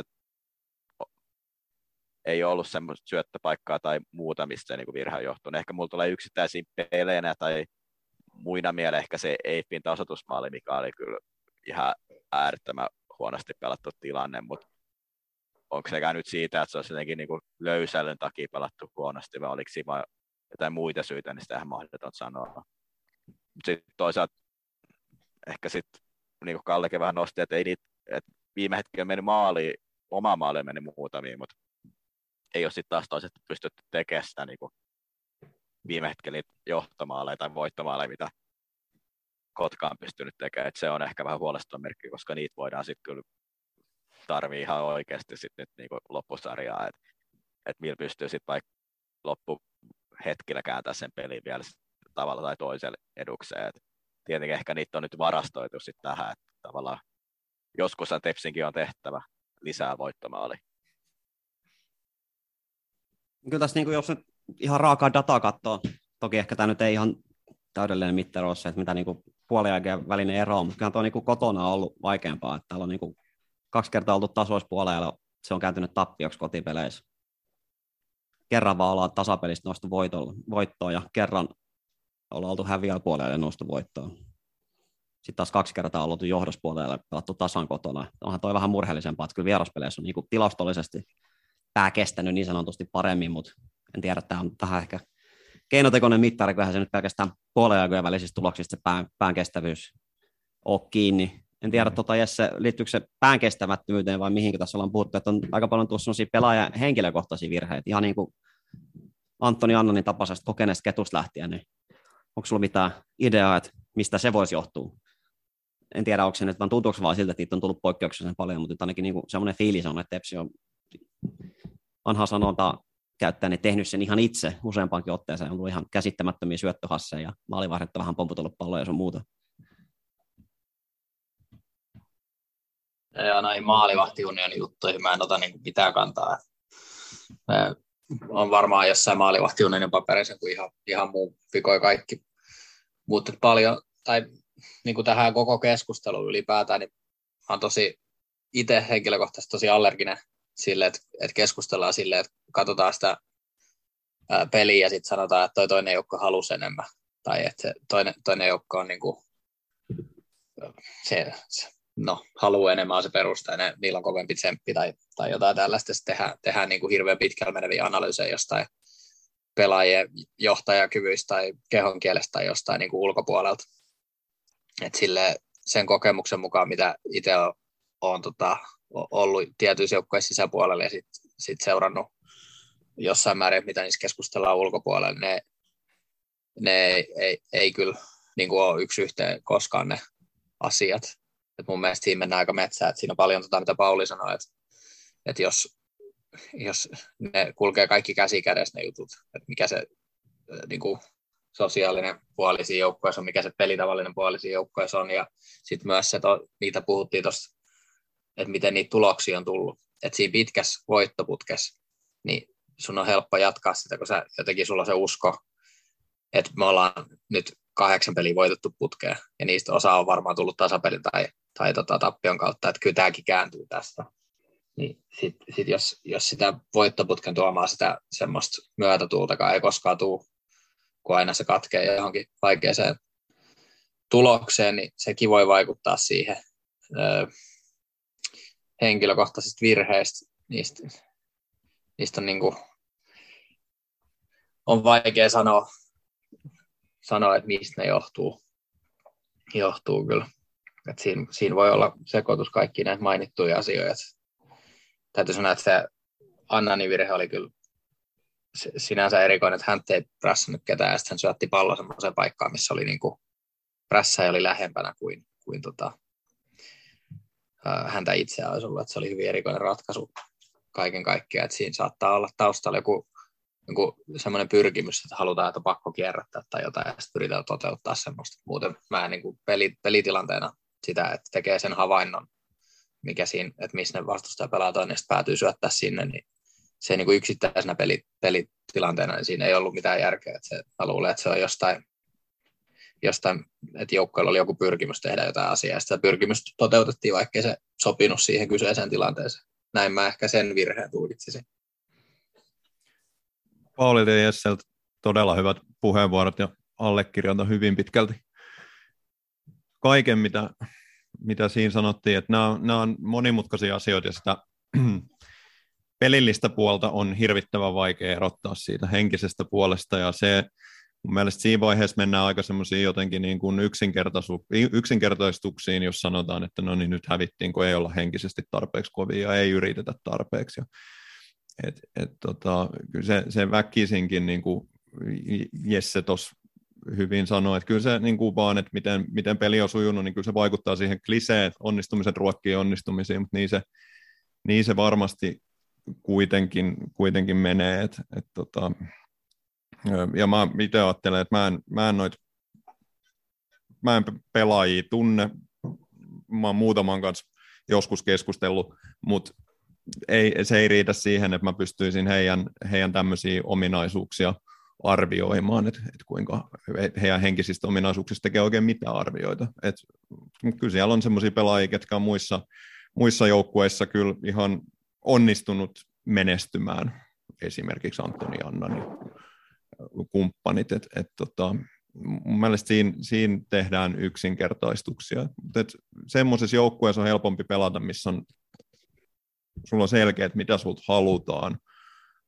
ei ollut semmoista syöttöpaikkaa tai muuta, mistä se niin virhe on johtunut. Ehkä mulla tulee yksittäisiä pelejä tai muina mieleen ehkä se Eiffin tasoitusmaali, mikä oli kyllä ihan äärettömän huonosti pelattu tilanne, mutta onko sekään nyt siitä, että se olisi jotenkin niin löysäilyn takia pelattu huonosti, vai oliko siinä jotain muita syitä, niin sitä ihan mahdoton sanoa. Sitten toisaalta ehkä sitten, niin kuin Kallekin vähän nosti, että, ei niitä, että viime hetkellä meni maaliin, oma maali meni muutamia, mutta ei ole sitten taas toiset pystytty tekemään sitä niin kuin viime hetkellä johtomaaleja tai voittomaaleja, mitä Kotka on pystynyt tekemään. Et se on ehkä vähän huolestuttava merkki, koska niitä voidaan sitten kyllä tarvii ihan oikeasti sit nyt niin kuin loppusarjaa, että et millä pystyy sitten vaikka loppuhetkillä kääntää sen pelin vielä tavalla tai toisella edukseen. Et tietenkin ehkä niitä on nyt varastoitu sitten tähän, että tavallaan joskus Tepsinkin on tehtävä lisää voittomaalia. Kyllä tässä, niin jos nyt ihan raakaa dataa katsoo, toki ehkä tämä nyt ei ihan täydellinen mittari ole se, että mitä niin puoliaikeen välinen ero on, mutta kyllä tuo niin kotona on ollut vaikeampaa, että täällä on niin kaksi kertaa oltu tasoispuolella, se on kääntynyt tappioksi kotipeleissä. Kerran vaan ollaan tasapelistä noustu voittoon ja kerran ollaan oltu häviäjäpuolella ja noustu voittoon. Sitten taas kaksi kertaa on oltu johdospuolella pelattu tasan kotona. Onhan toi vähän murheellisempaa, että kyllä vieraspeleissä on niin tilastollisesti pää kestänyt niin sanotusti paremmin, mutta en tiedä, että tämä on vähän ehkä keinotekoinen mittari, kyllähän se nyt pelkästään puolen aikojen välisistä tuloksista se pään, pään kestävyys on kiinni. En tiedä, mm. tota, Jesse, liittyykö se pään kestämättömyyteen vai mihinkä tässä ollaan puhuttu, että on aika paljon tuossa sellaisia pelaajan henkilökohtaisia virheitä, ihan niin kuin Antoni Annanin tapaisesta kokeneesta ketusta lähtien, niin onko sulla mitään ideaa, että mistä se voisi johtua? En tiedä, onko se nyt, vaan tuntuuko vaan siltä, että niitä on tullut poikkeuksellisen paljon, mutta ainakin niin semmoinen fiilis on, että Tepsi on vanha sanonta käyttäen, niin tehnyt sen ihan itse useampaankin otteeseen, on tullut ihan käsittämättömiä syöttöhasseja ja maalivahdetta vähän pomputellut palloja ja sun muuta. Ja näihin maalivahtiunionin juttuihin mä en ota niin mitään kantaa. Mä on varmaan jossain maalivahtiunionin paperissa kuin ihan, ihan muu vikoi kaikki. Mutta paljon, tai niin kuin tähän koko keskusteluun ylipäätään, niin mä oon tosi itse henkilökohtaisesti tosi allerginen sille, että, että keskustellaan silleen, että katsotaan sitä ää, peliä ja sitten sanotaan, että toi toinen joukko halusi enemmän. Tai että se toinen, toinen joukko on niin kuin, se, se no, haluaa enemmän on se perusta, ja ne, niillä on kovempi tsemppi tai, tai jotain tällaista, sitten tehdään, tehdään niin kuin hirveän pitkällä meneviä analyysejä jostain pelaajien johtajakyvyistä tai kehon kielestä tai jostain niin kuin ulkopuolelta. Et sille, sen kokemuksen mukaan, mitä itse olen, olen tota, ollut tietyissä joukkoissa sisäpuolella ja sitten sit seurannut jossain määrin, mitä niissä keskustellaan ulkopuolella, ne, ne ei, ei, ei kyllä niin kuin ole yksi yhteen koskaan ne asiat. Et mun mielestä siinä mennään aika metsään, että siinä on paljon tota, mitä Pauli sanoi, että, että jos, jos ne kulkee kaikki käsi kädessä ne jutut, että mikä se niin kuin sosiaalinen puoli siinä joukkueessa on, mikä se pelitavallinen puoli siinä joukkueessa on, ja sitten myös se, to, niitä puhuttiin tuossa, että miten niitä tuloksia on tullut, että siinä pitkässä voittoputkessa, niin sun on helppo jatkaa sitä, kun sä, jotenkin sulla on se usko, että me ollaan nyt kahdeksan peliä voitettu putkeen, ja niistä osa on varmaan tullut tasapelin tai, tai tota, tappion kautta, että kyllä tämäkin kääntyy tästä. Niin sit, sit jos, jos sitä voittoputken tuomaa sitä semmoista myötätuultakaan ei koskaan tule, kun aina se katkee johonkin vaikeaseen tulokseen, niin sekin voi vaikuttaa siihen öö, henkilökohtaisista virheistä. Niistä, niistä on, niin kuin, on vaikea sanoa, sanoa, että mistä ne johtuu. Johtuu kyllä. Et siinä, siinä voi olla sekoitus kaikki näitä mainittuja asioita. Täytyy sanoa, että se Annanin virhe oli kyllä sinänsä erikoinen, että hän ei prässännyt ketään, ja sitten hän syötti pallon semmoiseen paikkaan, missä oli niin kuin, prässäjä oli lähempänä kuin, kuin tota, ää, häntä itseään olisi ollut, että se oli hyvin erikoinen ratkaisu kaiken kaikkiaan, että siinä saattaa olla taustalla joku, joku semmoinen pyrkimys, että halutaan, että on pakko kierrättää tai jotain, ja sitten pyritään toteuttaa semmoista. Muuten mä niin kuin peli, pelitilanteena sitä, että tekee sen havainnon, mikä siinä, että missä ne vastustaja pelaa toinen, ja sitten päätyy syöttää sinne, niin se niin kuin yksittäisenä peli, pelitilanteena, niin siinä ei ollut mitään järkeä. Että se, mä luulen, että se on jostain, jostain että joukkoilla oli joku pyrkimys tehdä jotain asiaa, ja sitä pyrkimystä toteutettiin, vaikkei se sopinut siihen kyseiseen tilanteeseen. Näin mä ehkä sen virheen tulkitsisin. Paulilta ja Jesseltä todella hyvät puheenvuorot, ja allekirjoitan hyvin pitkälti kaiken, mitä, mitä siinä sanottiin, että nämä, nämä on monimutkaisia asioita, ja sitä pelillistä puolta on hirvittävän vaikea erottaa siitä henkisestä puolesta, ja se mun mielestä siinä vaiheessa mennään aika semmoisiin jotenkin niin kuin yksinkertaisu- yksinkertaistuksiin, jos sanotaan, että no niin nyt hävittiin, kun ei olla henkisesti tarpeeksi kovia ja ei yritetä tarpeeksi. Et, et, tota, kyllä se, se väkisinkin, niin kuin Jesse tuossa hyvin sanoi, että kyllä se niin kuin vaan, että miten, miten peli on sujunut, niin kyllä se vaikuttaa siihen kliseen, onnistumisen ruokkiin onnistumisiin, mutta niin se, niin se varmasti kuitenkin, kuitenkin menee. Et, et, tota, ja mä itse ajattelen, että mä en, mä en, noit, mä en pelaajia tunne, mä oon muutaman kanssa joskus keskustellut, mutta ei, se ei riitä siihen, että mä pystyisin heidän, heidän tämmöisiä ominaisuuksia arvioimaan, että, että kuinka heidän henkisistä ominaisuuksista tekee oikein mitään arvioita. Et, kyllä siellä on semmoisia pelaajia, ketkä on muissa, muissa joukkueissa kyllä ihan onnistunut menestymään, esimerkiksi Antoni Annan kumppanit, että et, tota, mun mielestä siinä, siinä tehdään yksinkertaistuksia, mutta semmoisessa joukkueessa on helpompi pelata, missä on, sulla on selkeä, että mitä sulta halutaan,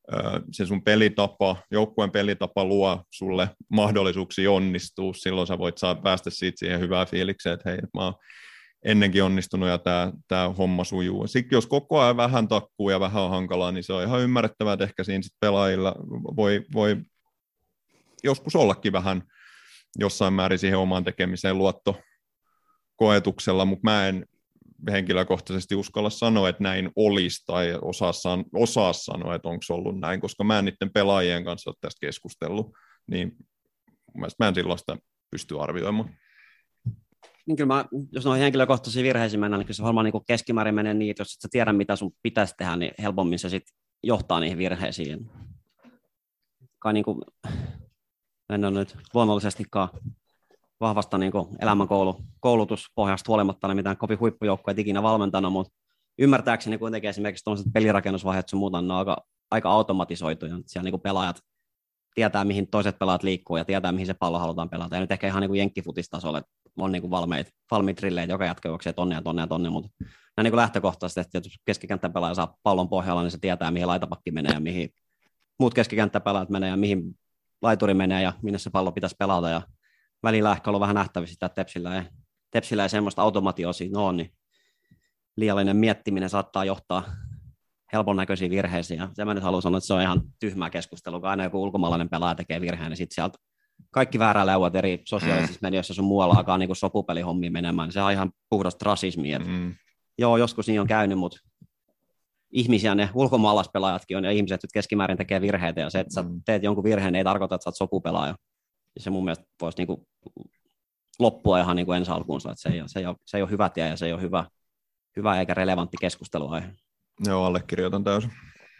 se sun pelitapa, joukkueen pelitapa luo sulle mahdollisuuksia onnistua, silloin sä voit saa päästä siitä siihen hyvään fiilikseen, että hei, että mä oon ennenkin onnistunut ja tämä, tämä homma sujuu. Sitten jos koko ajan vähän takkuu ja vähän on hankalaa, niin se on ihan ymmärrettävää, että ehkä siinä sit pelaajilla voi, voi joskus ollakin vähän jossain määrin siihen omaan tekemiseen luottokoetuksella, mutta mä en henkilökohtaisesti uskalla sanoa, että näin olisi tai osaa, san- osaa sanoa, että onko se ollut näin, koska mä en niiden pelaajien kanssa ole tästä keskustellut, niin mä en silloin sitä pysty arvioimaan. Niin kyllä mä, jos noihin henkilökohtaisiin virheisiin mennään, niin kyllä se varmaan niin keskimäärin menee niin, että jos et sä tiedä, mitä sun pitäisi tehdä, niin helpommin se sitten johtaa niihin virheisiin. Kai niin kuin, en ole nyt luonnollisestikaan vahvasta niin kuin elämänkoulu, koulutuspohjasta huolimatta ne mitään kovin huippujoukkoja ikinä valmentanut, mutta ymmärtääkseni kuitenkin esimerkiksi tuollaiset pelirakennusvaiheet sun muuta, ne on aika, aika automatisoituja. Siellä niin kuin pelaajat tietää, mihin toiset pelaat liikkuu ja tietää, mihin se pallo halutaan pelata. Ja nyt ehkä ihan niin kuin jenkkifutistasolla, että on niin kuin valmiit, valmiit trilleet joka jatka juoksee tonne ja tonne ja tonne, mutta nämä niin kuin lähtökohtaisesti, että jos keskikenttä pelaaja saa pallon pohjalla, niin se tietää, mihin laitapakki menee ja mihin muut keskikenttäpelaajat menee ja mihin laituri menee ja minne se pallo pitäisi pelata. Ja välillä ehkä ollut vähän nähtävissä, että Tepsillä ei, Tepsillä ei semmoista automaatioa siinä ole, niin liiallinen miettiminen saattaa johtaa helpon näköisiin virheisiin. Ja sen mä nyt haluan sanoa, että se on ihan tyhmää keskustelua, kun aina joku ulkomaalainen pelaaja tekee virheen, niin sitten sieltä kaikki väärää leuat eri sosiaalisissa medioissa sun muualla alkaa niin sopupelihommia menemään, niin se on ihan puhdasta rasismia. Mm. Joo, joskus niin on käynyt, mutta ihmisiä ne ulkomaalaispelaajatkin on, ja ihmiset nyt keskimäärin tekee virheitä, ja se, että sä teet jonkun virheen, ei tarkoita, että sä oot sopupelaaja. Ja se mun mielestä voisi niin kuin loppua ihan niin kuin ensi alkuunsa, että se ei, ole, se, ei ole, se ei ole hyvä tie, ja se ei ole hyvä, hyvä eikä relevantti keskusteluaihe. Joo, allekirjoitan täysin.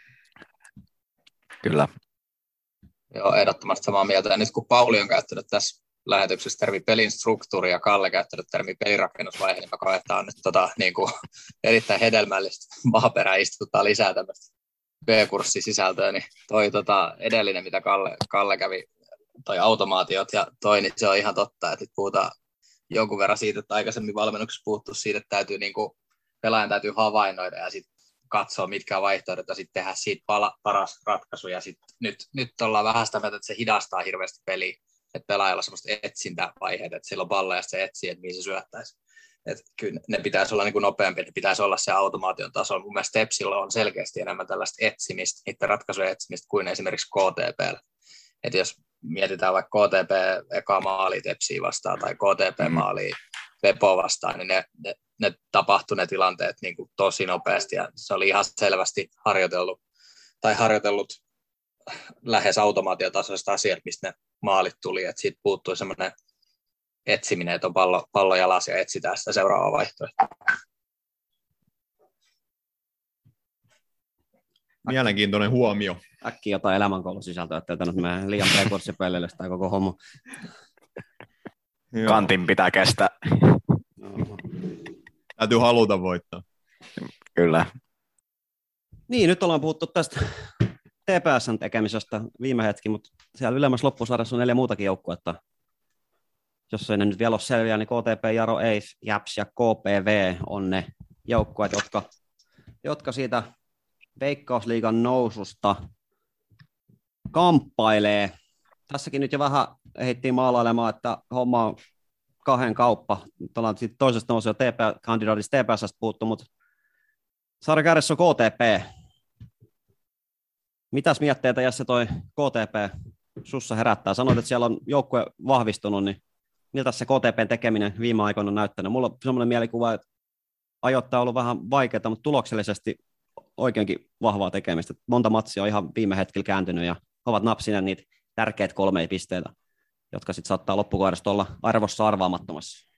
Kyllä. Joo, ehdottomasti samaa mieltä. Ja nyt kun Pauli on käyttänyt tässä lähetyksessä termi pelin struktuuri ja Kalle käyttänyt termi pelirakennusvaihe, niin mä koen, että on nyt tota, niin kuin erittäin hedelmällistä maaperää istuttaa lisää tämmöistä B-kurssisisältöä, niin toi tota, edellinen, mitä Kalle, Kalle kävi, toi automaatiot ja toi, niin se on ihan totta, että nyt puhutaan jonkun verran siitä, että aikaisemmin valmennuksessa puhuttu siitä, että täytyy niin kuin, pelaajan täytyy havainnoida ja sitten katsoa, mitkä on vaihtoehdot ja sitten tehdä siitä pala, paras ratkaisu. Ja sit nyt, nyt ollaan vähän sitä mieltä, että se hidastaa hirveästi peliä, että pelaajalla on semmoista etsintävaiheita, että sillä on pallo ja se etsii, että mihin se syöttäisi. Että kyllä ne pitäisi olla niin kuin nopeampi, ne pitäisi olla se automaation taso. Mun mielestä Tepsillä on selkeästi enemmän tällaista etsimistä, niiden ratkaisujen etsimistä kuin esimerkiksi K T P:llä. Että jos mietitään vaikka K T P eka maali Tepsiä vastaan tai K T P maali Vepo vastaan, niin ne, ne, ne tapahtui ne tilanteet niin kuin tosi nopeasti ja se oli ihan selvästi harjoitellut tai harjoitellut lähes automaatiotasoiset asiat, mistä ne maalit tuli, että siitä puuttui semmoinen etsiminen, että on pallo, pallo jalassa ja etsitään sitä seuraavaa vaihtoehtoa. Mielenkiintoinen huomio. Äkkiä jotain elämänkoulussisältöä, että tämä on liian B-kurssipelille tai koko homma. Kantin pitää kestää. Täytyy haluta voittaa. Kyllä. Niin, nyt ollaan puhuttu tästä T P S:n tekemisestä viime hetki, mutta siellä ylemmässä loppusarjassa on neljä muutakin joukkuetta. Jos ei ne nyt vielä ole selviä, niin K T P, Jaro, Eif, Japs ja K P V on ne joukkueet, jotka, jotka siitä Veikkausliigan noususta kamppailee. Tässäkin nyt jo vähän ehdittiin maalailemaan, että homma on kahden kauppa. Nyt ollaan toisesta nousu jo T P, kandidaatista T P S:stä puhuttu, mutta sarjan kärjessä on K T P. Mitäs mietteitä, Jesse, toi K T P sussa herättää? Sanoit, että siellä on joukkue vahvistunut, niin miltä se K T P:n tekeminen viime aikoina on näyttänyt? Mulla on semmoinen mielikuva, että ajoittaa on ollut vähän vaikeaa, mutta tuloksellisesti oikeinkin vahvaa tekemistä. Monta matsia on ihan viime hetkellä kääntynyt ja ovat napsineet niitä tärkeitä kolme pisteitä, jotka sitten saattaa loppukaudesta olla arvossa arvaamattomassa.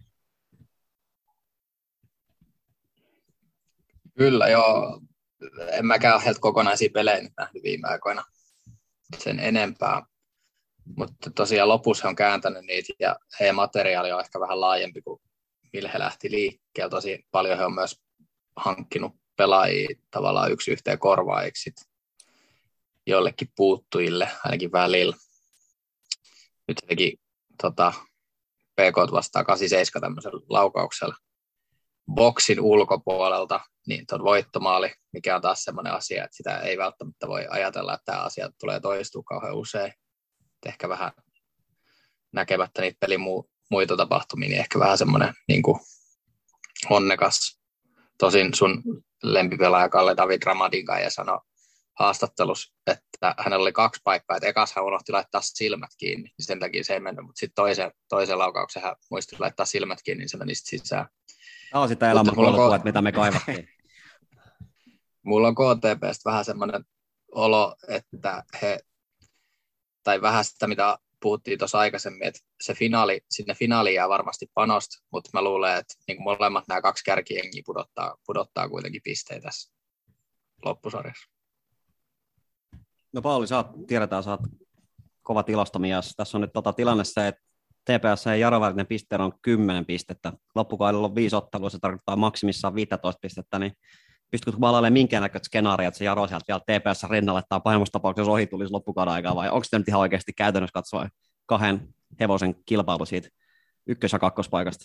Kyllä, joo. En mäkään ole heiltä kokonaisia pelejä nyt nähnyt viime aikoina sen enempää. Mutta tosiaan lopussa he on kääntänyt niitä ja heidän materiaali on ehkä vähän laajempi kuin millä he lähti liikkeelle. Tosi paljon he on myös hankkinut pelaajia tavallaan yksi yhteen korvaajiksi jollekin puuttujille, ainakin välillä. Nyt se teki tota, P K vastaan kahdeksankymmentäseitsemän tämmöisellä laukauksella. boksin ulkopuolelta, niin tuon voittomaali, mikä on taas semmoinen asia, että sitä ei välttämättä voi ajatella, että tämä asia tulee toistua kauhean usein. Et ehkä vähän näkemättä niitä pelin mu- muita tapahtumia, niin ehkä vähän semmoinen niin kuin onnekas. Tosin sun lempipelaaja Kalle David Ramadinka ja sanoi haastattelussa, että hänellä oli kaksi paikkaa, että ekas hän unohti laittaa silmät kiinni, niin sen takia se ei mennyt, mutta sitten toisen, toisen laukauksen hän muisti laittaa silmät kiinni, niin se meni sitten sisään. Tämä on sitä elämänkulkua, ko- mitä me kaivattiin. Mulla on K T P:stä vähän semmoinen olo, että he, tai vähän sitä, mitä puhuttiin tuossa aikaisemmin, että se finaali, sinne finaaliin jää varmasti panosta, mutta mä luulen, että niin kuin molemmat nämä kaksi kärkijengiä pudottaa, pudottaa kuitenkin pisteitä tässä loppusarjassa. No Pauli, sä tiedetään, sä oot kova tilastomies. Tässä on nyt tota tilanne se, että T P S ja Jaron välinen pisteero on kymmenen pistettä. Loppukaudella on viisi ottelua, se tarkoittaa maksimissaan viisitoista pistettä, niin pystytkö maalailemaan minkäännäköistä skenaaria, että se Jaro sieltä vielä T P S rinnalle tai pahimmassa tapauksessa ohi tulisi loppukauden aikaa, vai onko se nyt ihan oikeasti käytännössä katsoa kahden hevosen kilpailu siitä ykkös- ja kakkospaikasta?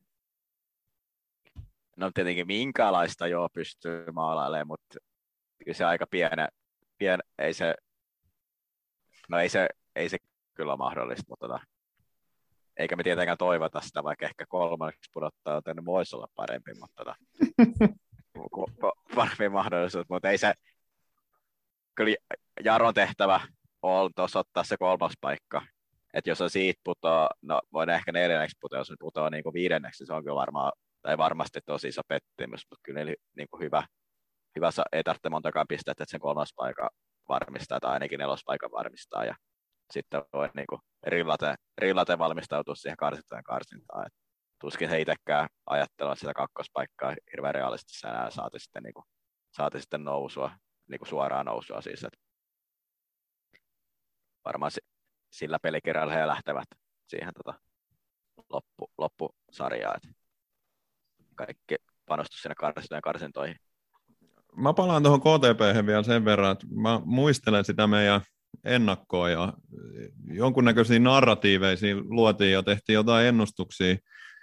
No tietenkin minkälaista joo pystyy maalailemaan, mutta kyllä se aika piene, piene ei se, no ei se, ei se kyllä mahdollista, mutta tota, eikä me tietenkään toivota sitä, vaikka ehkä kolmanneksi pudottaa, joten voisi olla parempi, mutta tota, parempi mahdollisuus, mutta ei se, kyllä Jaron tehtävä on tuossa ottaa se kolmas paikka, että jos on siitä putoaa, no voin ehkä neljänneksi putoa, jos ne putoaa niin kuin viidenneksi, se on kyllä varmaan, tai varmasti tosi iso pettymys, mutta kyllä niin kuin hyvä, hyvä, ei tarvitse montakaan pistettä, että sen kolmas paikka varmistaa, tai ainakin nelospaikan varmistaa, ja sitten voi niin kuin rillaten, rillaten valmistautua siihen karsintaan karsintaan. Et tuskin he itsekään ajattelevat sitä kakkospaikkaa hirveän realistisesti enää saati sitten, niin kuin, saati sitten nousua, niin kuin suoraan nousua siis. Et varmaan sillä pelikirjalla he lähtevät siihen tota, loppu, loppusarjaan. Et kaikki panostus sinne karsintojen karsintoihin. Mä palaan tuohon K T P:hen vielä sen verran, että mä muistelen sitä meidän ennakkoa ja jonkunnäköisiä narratiiveja luotiin ja tehtiin jotain ennustuksia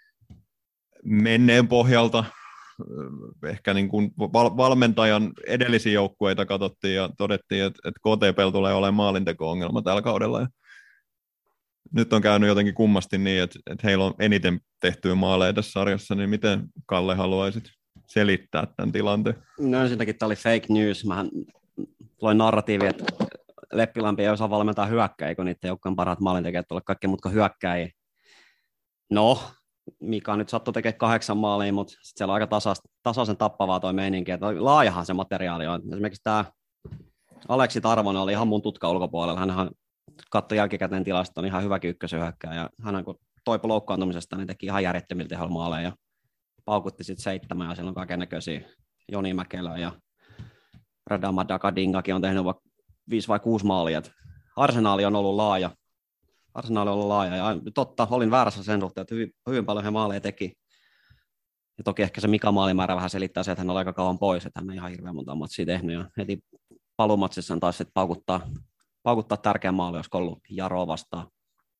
menneen pohjalta. Ehkä niin kuin valmentajan edellisiä joukkueita katsottiin ja todettiin, että, että K T P tulee olemaan maalinteko-ongelma tällä kaudella. Ja nyt on käynyt jotenkin kummasti niin, että, että heillä on eniten tehtyä maaleja tässä sarjassa, niin miten Kalle haluaisit selittää tämän tilanteen? No ensinnäkin tämä oli fake news. Mähän loin narratiivi, että Leppilampi ei osaa valmentaa hyökkäjiä, kun niiden joukkojen parhaat maalintekijät ovat kaikki mutka hyökkäjiä. No, Mika nyt sattui tekemään kahdeksan maalia, mutta sitten siellä on aika tasaista, tasaisen tappavaa toi meininki. Että laajahan se materiaali on. Esimerkiksi tämä Aleksi Tarvonen oli ihan mun tutka ulkopuolella. Hänhän katsoi jälkikäteen tilasta, on ihan hyväkin ykkösyhyökkääjä. Ja hän kun toipui loukkaantumisesta, niin teki ihan järjettömiltä teholla maaleja. Ja paukutti sitten seitsemän ja siellä on kaikennäköisiä Joni Mäkelä ja Radama Dakadingakin on tehnyt vaikka viisi vai kuusi maalia. Arsenaali on ollut laaja. Arsenaali on ollut laaja. Ja totta, olin väärässä sen suhteen, että hyvin, hyvin paljon he maaleja teki. Ja toki ehkä se Mika maalimäärä vähän selittää se, että hän oli aika kauan pois, että hän ei ihan hirveän monta matsia tehnyt. Ja heti palumatsissa taas sitten paukuttaa, paukuttaa tärkeä maali, jos ollut Jaro vastaan.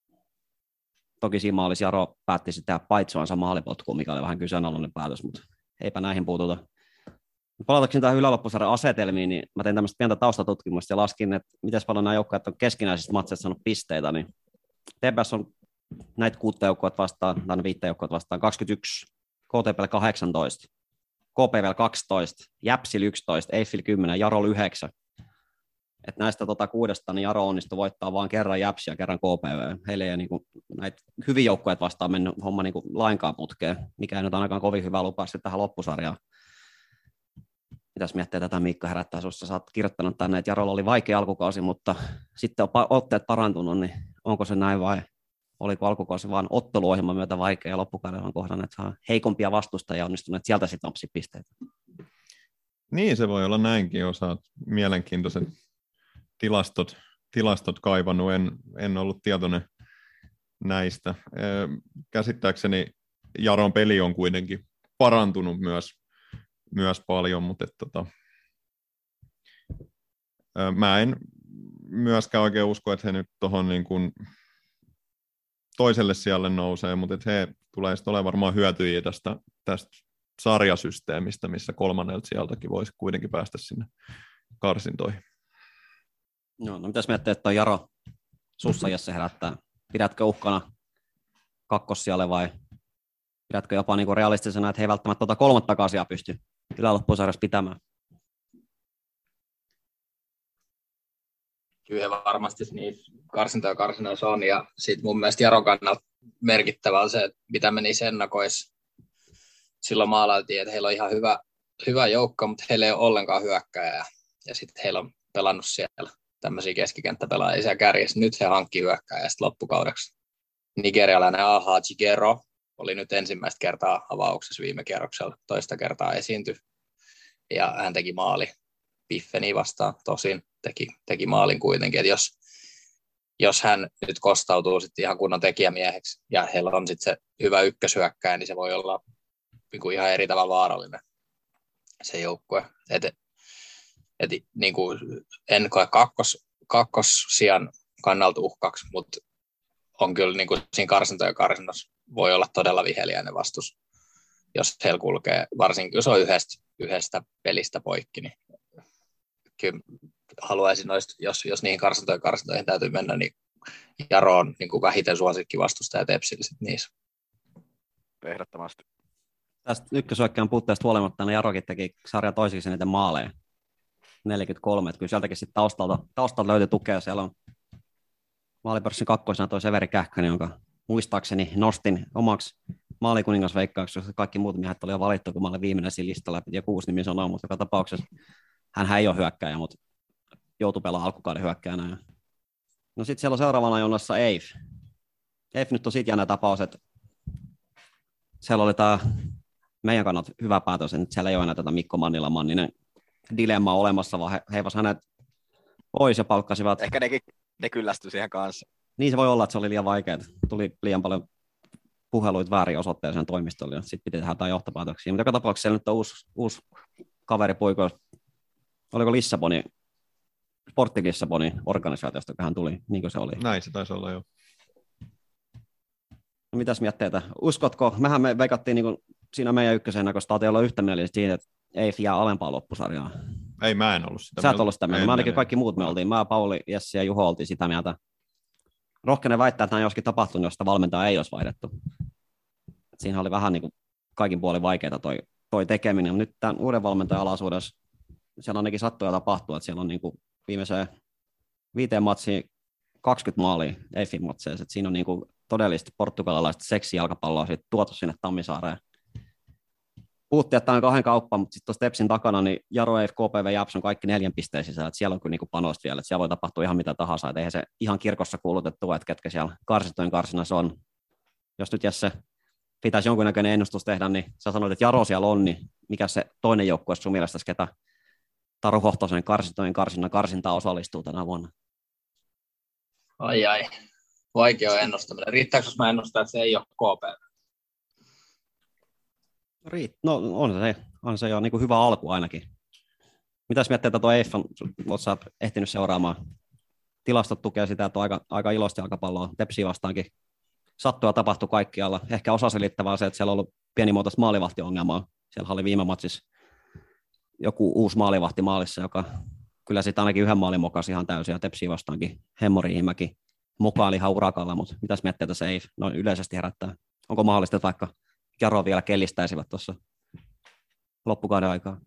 Toki siinä maalissa Jaro päätti sitten paitsoansa maalipotkuun, mikä oli vähän kyseenalainen päätös, mutta eipä näihin puututa. Palatakseni tähän yläloppusarjan asetelmiin, niin mä tein tämmöistä pientä taustatutkimusta ja laskin, että miten paljon nämä joukkueet on keskinäisistä matseista saanut pisteitä, niin T P S on näitä kuutta joukkueet vastaan, tai viittä joukkueet vastaan kaksikymmentäyksi, K T P kahdeksantoista, K P V toisitoista, Jäpsil yksitoista, Eiffel kymmenen, Jarol yhdeksän. Että näistä tota kuudesta niin Jaro onnistui voittaa vain kerran Jäpsiä ja kerran K P V. Heille ei niin kuin, näitä hyviä joukkueet vastaan mennyt homma niin kuin lainkaan putkeen, mikä ei nyt ainakaan kovin hyvä lupaa sitten tähän loppusarjaan. Mitäs miettiä tätä Miikka herättää sinussa? Sä oot kirjoittanut tänne, että Jarolla oli vaikea alkukausi, mutta sitten on otteet parantunut, niin onko se näin vai oliko alkukausi vaan otteluohjelman myötä vaikea ja loppukaudella on kohdanneet saa heikompia vastustajia onnistuneet sieltä sitten ompsi pisteitä? Niin, se voi olla näinkin. Osaat mielenkiintoiset tilastot, tilastot kaivannut. En, en ollut tietoinen näistä. Käsittääkseni Jaron peli on kuitenkin parantunut myös myös paljon, mutta et, tota, mä en myöskään oikein usko, että he nyt tuohon niin kuin toiselle sijalle nousee, mutta et he tulee sitten olemaan varmaan hyötyjiä tästä, tästä sarjasysteemistä, missä kolmannelta sieltäkin voisi kuitenkin päästä sinne karsintoihin. No, no mitäs miettii, että on Jaro sussa, jos se herättää? Pidätkö uhkana kakkossijalle vai pidätkö jopa niinku realistisena, että he ei välttämättä tuota kolmattakaan asiaa pysty yläloppusarjassa pitämään? Kyllä varmasti niissä karsintoja karsinoissa on, ja sitten mun mielestä Jaron kannalta merkittävää on se, että mitä me niissä ennakoissa silloin maalailtiin, että heillä on ihan hyvä, hyvä joukko, mutta heillä ei ole ollenkaan hyökkääjää, ja sitten heillä on pelannut siellä tämmöisiä keskikenttäpelaajia siellä kärjessä. Nyt he hankki hyökkääjää sitten loppukaudeksi. Nigerialainen Aha Chigero oli nyt ensimmäistä kertaa avauksessa viime kierroksella, toista kertaa esiintyi, ja hän teki maali Biffeni vastaan, tosin teki, teki maalin kuitenkin, että jos, jos hän nyt kostautuu sitten ihan kunnon tekijämieheksi, ja heillä on sitten se hyvä ykköshyökkäjä, niin se voi olla niin kuin ihan eri tavalla vaarallinen se joukkue. Et, et, niin kuin en koe kakkos, kakkossijan kannalta uhkaksi, mutta on kyllä niin kuin siinä karsintojen karsinnossa voi olla todella viheliäinen vastus, jos heillä kulkee, varsinkin jos on yhdestä, yhdestä pelistä poikki, niin kyllä haluaisin, noista, jos, jos niihin karsintojen karsintoihin täytyy mennä, niin Jaro on niin kuin vähiten suosikki vastustaja Tepsillä niissä. Ehdottomasti. Tästä ykkösyökkäjän puutteesta huolimatta, niin Jarokin teki sarjan toisiksi eniten maaleja. neljäkymmentäkolme, että kyllä sieltäkin sitten taustalta, taustalta löytyi tukea. Siellä on maalipörssin kakkosena toi Severi Kähkönen, jonka muistaakseni nostin omaksi maalikuningasveikkauksessa, jossa kaikki muut miehet oli jo valittu, kun mä olin viimeinen siinä listalla, piti jo kuusi nimi sanoa, mutta joka tapauksessa hän ei ole hyökkääjä, mutta joutui pelaamaan alkukauden hyökkääjänä. No sitten siellä on seuraavana jonossa Eif. Eif nyt on siitä jännä tapaus, että siellä oli tämä meidän kannalta hyvä päätös, että siellä ei ole enää tätä Mikko Mannila-Manninen dilemma olemassa, vaan he heivas hänet pois ja palkkasivat. Ehkä nekin, ne kyllästyi siihen kanssa. Niin se voi olla, että se oli liian vaikeaa. Tuli liian paljon puheluita väärin osoitteeseen toimistolle, ja sitten piti tehdä jotain johtopäätöksiä. Mutta joka tapauksessa siellä nyt on uusi, uusi kaveri poiko, oliko Lissabonin, Sportti Lissabonin organisaatiosta, kun hän tuli, niin kuin se oli. Näin se taisi olla jo. No, mitäs mietteitä? Uskotko, mehän me veikattiin niin kuin siinä meidän ykkösenä, kun saatiin olla yhtä mielistä siitä, että ei jää alempaa loppusarjaa. Ei, mä en ollut sitä Sä et mieltä. ollut sitä mieltä. Mä ainakin kaikki muut me oltiin. Mä, Pauli, Jessi ja Juho oltiin sitä mieltä. Rohkenen väittää, että näin joskin tapahtunut, jos sitä valmentaa ei olisi vaihdettu. Siinä oli vähän niin kuin kaikin puolin vaikeaa toi, toi tekeminen. Nyt tämän uuden valmentajan alaisuudessa siellä ainakin sattuu ja tapahtuu, että siellä on niin kuin viimeiseen viiteen matsiin kaksikymmentä maalia Eifin matseissa. Siinä on niin kuin todellisesti portugalilaista seksijalkapalloa siitä tuotu sinne Tammisaareen. Puhutti, että on kahden kauppa, mutta sitten tuossa Tepsin takana niin Jaro Eif, K P V, Japs on kaikki neljän pisteen sisällä. Siellä on kyllä niin kuin panosta vielä, että siellä voi tapahtua ihan mitä tahansa. Että eihän se ihan kirkossa kuulutettu, että ketkä siellä karsittujen karsinnassa on. Jos nyt Jesse pitäisi jonkunnäköinen ennustus tehdä, niin sä sanoit, että Jaro siellä on, niin mikä se toinen joukkue sun mielestäsi, ketä Taru Hohtosen karsittujen karsinnan karsintaan osallistuu tänä vuonna? Ai ai, vaikea on ennustaminen. Riittääkö, jos mä ennustan, että se ei ole K P V? No on se, on se jo niin kuin hyvä alku ainakin. Mitäs miettii, että tuo Eiffan, olet sä ehtinyt seuraamaan? Tilastot tukee sitä, että on aika, aika iloista jalkapalloa. Tepsiä vastaankin sattuu ja tapahtui kaikkialla. Ehkä osa selittävää se, että siellä on ollut pienimuotoista maalivahtiongelmaa. Siellä oli viime matsissa joku uusi maalivahti maalissa, joka kyllä sitten ainakin yhden maalin mokasi ihan täysin, ja Tepsiä vastaankin Hemmo Riihimäki mukaan ihan urakalla, mutta mitäs miettii, että se ei noin yleisesti herättää? Onko mahdollista, että vaikka Jaro vielä kellistäisivät tuossa loppukauden aikaa?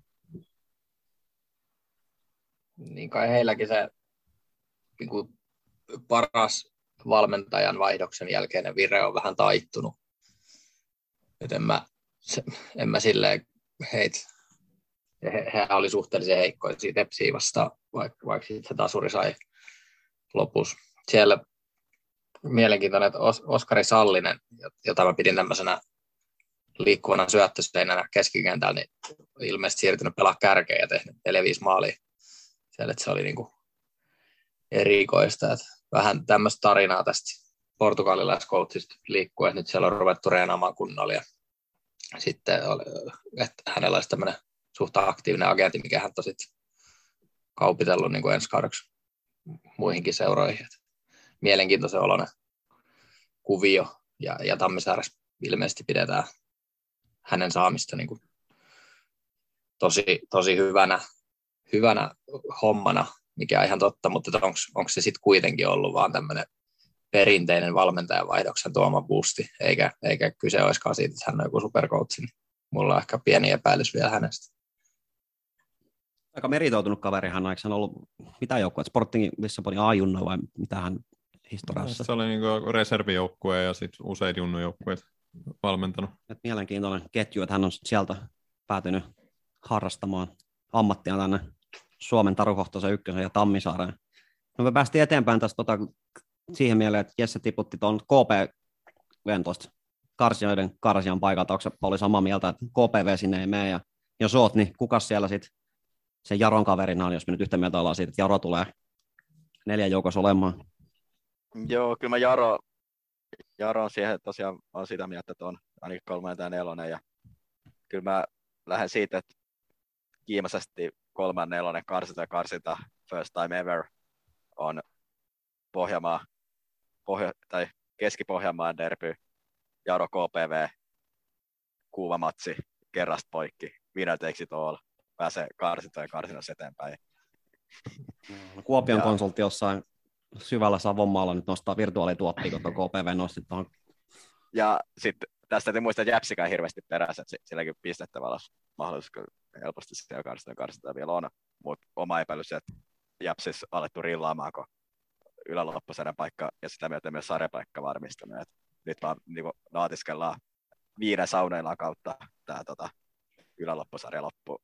Niin kai heilläkin se niin kuin paras valmentajan vaihdoksen jälkeinen vire on vähän taittunut. Nyt en mä, se, en mä silleen heitä. He, he oli suhteellisen heikkoja siitä Tepsiä vastaan, vaikka, vaikka se tasuri sai lopussa. Siellä mielenkiintoinen, että Oskari Sallinen, jota mä pidin tämmöisenä liikkuvana syöttöseinänä keskikentällä, niin ilmeisesti siirtynyt pelaa kärkeen ja tehnyt neljä viisi maalia. Siellä, että se oli niin kuin erikoista. Että vähän tämmöistä tarinaa tästä portugalilaiskoutsista liikkuu, että nyt siellä on ruvettu reenaamaan kunnolla. Ja sitten oli, että hänellä olisi tämmöinen suht aktiivinen agentti, mikä hän on sitten kaupitellut niin kuin ensi kaudeksi muihinkin seuroihin. Että mielenkiintoisen oloinen kuvio, ja, ja Tammisaaressa ilmeisesti pidetään hänen saamista niin kuin tosi, tosi hyvänä, hyvänä hommana, mikä on ihan totta, mutta onko se sitten kuitenkin ollut vaan tämmöinen perinteinen valmentajanvaihdoksen tuoma boosti, eikä, eikä kyse olisikaan siitä, että hän on joku supercoach, niin mulla on ehkä pieni epäilys vielä hänestä. Aika meritoitunut kaverihan, eikö hän ollut mitä joukkueet, Sportingin Lissabonin A-junno vai mitä hän historiassa? Se oli niin reservijoukkue ja sitten useita junnujoukkueet valmentanut. Et mielenkiintoinen ketju, että hän on sieltä päätynyt harrastamaan ammattia tänne Suomen Tarukohtaisen ykkösen ja Tammisaareen. No me päästiin eteenpäin tästä tota, siihen mieleen, että Jesse tiputti tuon K P tuosta karsijoiden karsijan paikalta. Onko se Pauli samaa mieltä, että K P V sinne ei mene? Ja jos oot, niin kukas siellä sitten sen Jaron kaverina on, jos me nyt yhtä mieltä ollaan siitä, että Jaro tulee neljän joukossa olemaan? Joo, kyllä mä Jaro, Jaro on siihen tosiaan on sitä mieltä, että on ainakin kolmonen tai nelonen. Ja kyllä mä lähden siitä, että kiimaisesti kolman nelonen karsinta ja karsinta first time ever on Pohjanmaa, Pohja, tai Keski-Pohjanmaan derby, Jaro K P V, kuuma matsi, kerrasta poikki, winner takes it all, pääsee karsintojen karsinnossa eteenpäin. No, Kuopion ja konsultti jossain syvällä Savonmaalla nyt nostaa virtuaalituottia, kun K P V nosti tuohon. Ja sitten tästä täytyy muistaa, että Jäpsikään hirveästi perässä, että silläkin pistettävällä mahdollisuus helposti siellä karsintojen karsintoja vielä on, mutta oma epäilys, että Jäpsis alettu rillaamaan, kun yläloppusarjan paikka ja sitä myötä myös sarjapaikka varmistunut. Et nyt vaan niin naatiskellaan viiden sauneillaan kautta tämä tota, yläloppusarja loppu.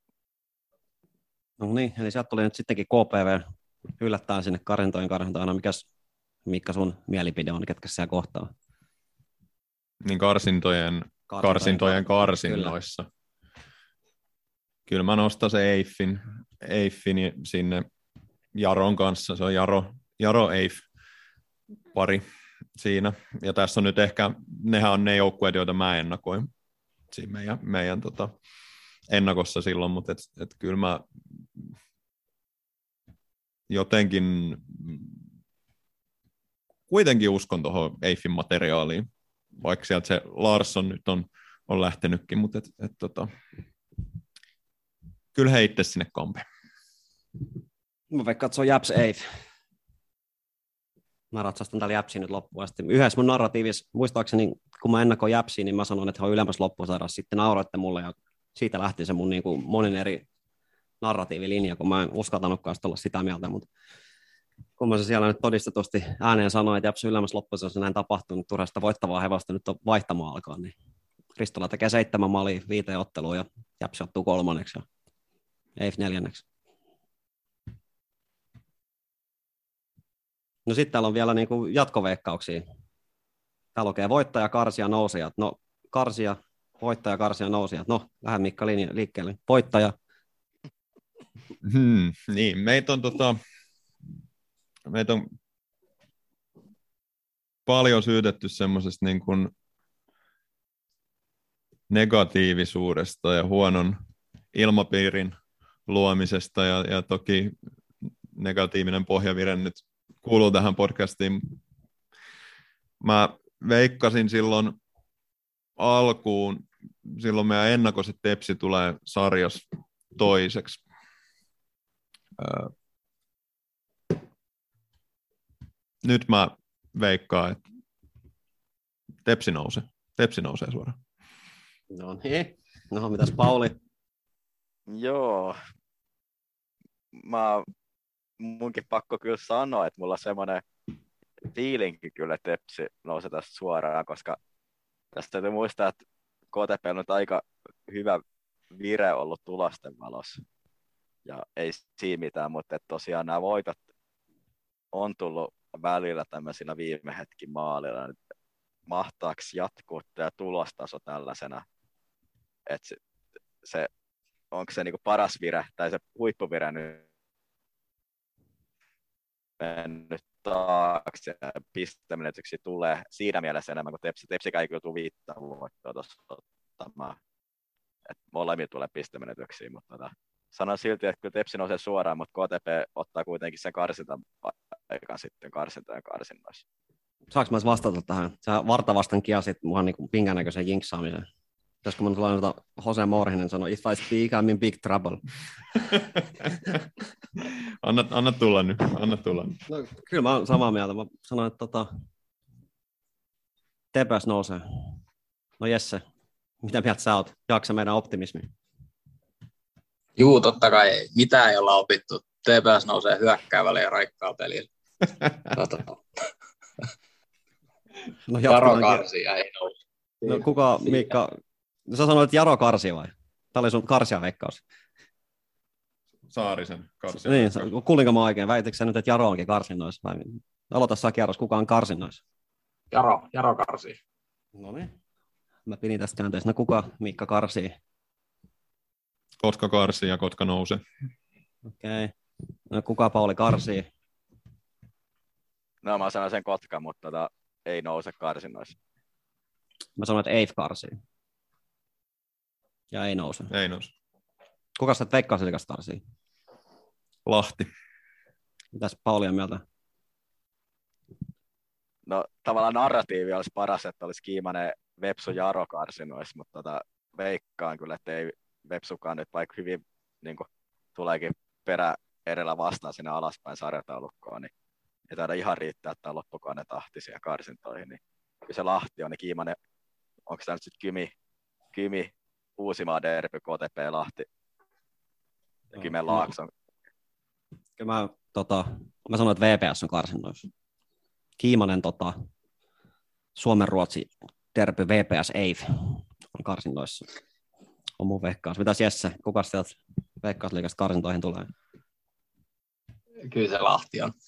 No niin, eli sieltä tuli nyt sittenkin K P V yllättäen sinne karsintojen karsintaan. Mikäs Mikka sun mielipide on, ketkä siellä kohtaa? Niin karsintojen, karsintojen, karsintojen karsinnoissa. Kyllä. Kyllä mä nostan se Eiffin, Eiffin sinne Jaron kanssa. Se on Jaro, Jaro Eiff pari siinä. Ja tässä on nyt ehkä, nehän on ne joukkueet, joita mä ennakoin siinä meidän, meidän tota, ennakossa silloin, mutta et, et kyllä mä jotenkin kuitenkin uskon tuohon Eiffin materiaaliin, vaikka sieltä se Larsson nyt on, on lähtenytkin, mutta et, et, tota, kyllä he itse sinne kampe. Mä vaikka katsoo Japs Eiff. Mä ratsastan täällä Japsiin nyt loppuun asti. Yhdessä mun narratiivissa, muistaakseni kun mä ennakoin Japsiin, niin mä sanoin, että he on ylemmässä loppusarjassa. Sitten nauroitte mulle ja siitä lähti se mun niin kuin monen eri narratiivilinja, kun mä en uskaltanutkaan olla sitä mieltä, mutta kun mä se siellä nyt todistetusti ääneen sanoin, että Japs ylemmässä loppusarjassa näin tapahtuu, niin turhasta voittavaa hevosta nyt on vaihtamaan alkaa, niin Ristola tekee seitsemän maalia viiteen otteluun ja Japs ottuu kolmanneksi ja Eiff neljänneksi. No sitten täällä on vielä niinku jatkoveikkauksia. Täällä lukee voittaja, karsia, nousijat. No karsia, voittaja, karsia, nousijat. No lähden Mikka linja, liikkeelle. Voittaja. Hmm, niin, meitä on, tota, meitä on paljon syytetty semmoisesta niin kuin negatiivisuudesta ja huonon ilmapiirin luomisesta ja, ja toki negatiivinen pohjavire nyt kuuluu tähän podcastiin. Mä veikkasin silloin alkuun, silloin meidän ennakoiset Tepsi tulee sarjassa toiseksi. Öö. Nyt mä veikkaan, että Tepsi nousee. Tepsi nousee suoraan. No niin. No mitäs Pauli? Joo. Mä munkin pakko kyllä sanoa, että mulla on semmoinen fiilinki kyllä, että Tepsi nousee tästä suoraan, koska tästä täytyy muistaa, että K T P on nyt aika hyvä vire ollut tulosten valossa. Ja ei siinä mitään, mutta tosiaan nämä voitot on tullut välillä tämmöisillä viime hetkin maalilla. Mahtaako jatkuu tämä tulostaso tällaisena, että se, se, onko se niinku paras vire tai se huippuvire nyt mennyt taakse ja pistemenetyksiä tulee siinä mielessä enemmän kuin Tepsi. Tepsikään ei kyllä tule viittä voittoa tuossa ottamaan. Että molemmilla tulee pistemenetyksiä, mutta tota, sanon silti, että kyllä Tepsi nousee suoraan, mutta K T P ottaa kuitenkin sen karsintan aikaan sitten karsintojen karsinnoissa. Saanko mä vastata tähän? Sä vartavastan kiasit muhan niin pinkänäköisen jinksaamisen. Pitäisikö mun lainata Jose Morhinen sanoi, if I speak, I'm in big trouble. anna, anna tulla nyt, anna tulla nyt. No, kyllä mä oon samaa mieltä. Mä sanoin, että tota, T P S nousee. No Jesse, mitä mieltä sä oot? Jaksa meidän optimismi? Juu, totta kai mitään ei olla opittu. T P S nousee hyökkäävällä ja raikkaa pelillä. No, Jaro karsii ja ei nouse. No kuka, Miikka, sä sanoit, että Jaro karsi vai? Tämä oli sun karsia veikkaus. Saarisen karsia. Niin, kuulinko mä oikein? Väititkö sä nyt, että Jaro onkin karsinnoissa? Vai? Aloita sä kierros, kuka on karsinnoissa? Jaro, Jaro karsii. No niin. Mä pidin tästä käänteessä. No kuka Miikka karsii? Kotka karsii ja Kotka nousee. Okei. Okay. No kuka Pauli karsii? No mä sanon sen Kotka, mutta tota, ei nouse karsinnoissa. Mä sanoin, että Eif karsii. Ja ei nouse. Ei nouse. Kuka sä Veikkausliigasta karsii? Lahti. Mitäs Pauli on mieltä? No tavallaan narratiivi olisi paras, että olisi kiimainen Vepsu Jaro karsinoissa, mutta tota, veikkaan kyllä, että ei Vepsukaan nyt, vaikka hyvin niin kuin, tuleekin perä edellä vastaan sinne alaspäin sarjataulukkoon, niin ei taida ihan riittää tämä loppukauden tahti siihen karsintoihin. Niin kyllä se Lahti on, niin kiimainen, onko tämä nyt sitten Kymi, Kymi, Uusimaa derby, K T P Lahti ja Kymen Laakson. Kyllä mä, tota, mä sanoin, että V P S on karsinnoissa. Kiimanen tota, Suomen-Ruotsi derby V P S Eif on karsinnoissa. On mun veikkaus. Mitäs Jesse, kuka sieltä Veikkausliigasta karsintoihin tulee? Kyllä se Lahti on.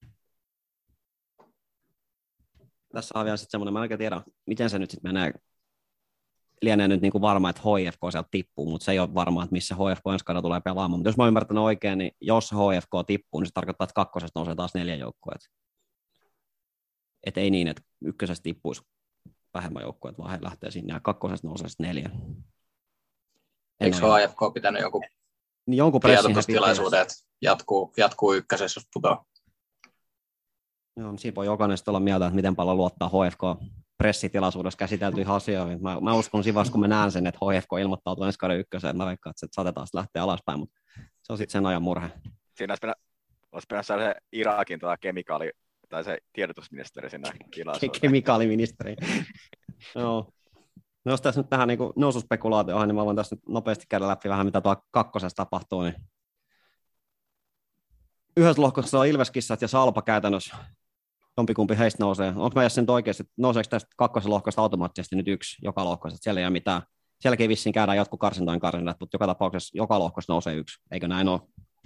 Tässä on vielä sitten semmoinen, mä en oikein tiedä, miten se nyt sitten menee. Lienee nyt niin kuin varma, että H I F K sieltä tippuu, mutta se ei ole varma, että missä H I F K ensi kaudella tulee pelaamaan. Mutta jos mä oon ymmärtänyt oikein, niin jos H I F K tippuu, niin se tarkoittaa, että kakkosesta nousee taas neljä joukkueet. Että ei niin, että ykkösestä tippuisi vähemmän joukkueet, vaan he lähtee sinne ja kakkosesta nousee sitten neljä. Eikö H I F K pitänyt joku, niin jonkun tiedotustilaisuuden, että jatkuu, jatkuu ykkösessä, jos putoaa? Joo, siinä voi jokainen olla mieltä, että miten paljon luottaa H F K-pressitilaisuudessa käsiteltyihin asioihin. Mä, mä uskon siinä vaiheessa, kun mä näen sen, että H F K ilmoittautuu ensi kauden ykköseen, mä veikkaan, että se saatetaan lähteä alaspäin, mutta se on sitten sen ajan murhe. Siinä olisi pitänyt saada se Irakin tuota kemikaali, tai se tiedotusministeri sinne tilaisuuteen. Kemikaaliministeri. Joo. No jos tässä nyt tähän niin noususpekulaatioon, niin mä voin tässä nyt nopeasti käydä läpi vähän, mitä tuolla kakkosessa tapahtuu. Niin yhdessä lohkossa on Ilveskissat ja Salpa käytännössä. Jompikumpi heistä nousee. Onko mä jäsen oikeasti, että nouseeko tästä kakkosen lohkosta automaattisesti nyt yksi joka lohkossa? Siellä ei ole mitään. Sielläkin vissiin käydään jotkut karsintojen karsinat, mutta joka tapauksessa joka lohkossa nousee yksi. Eikö näin ole?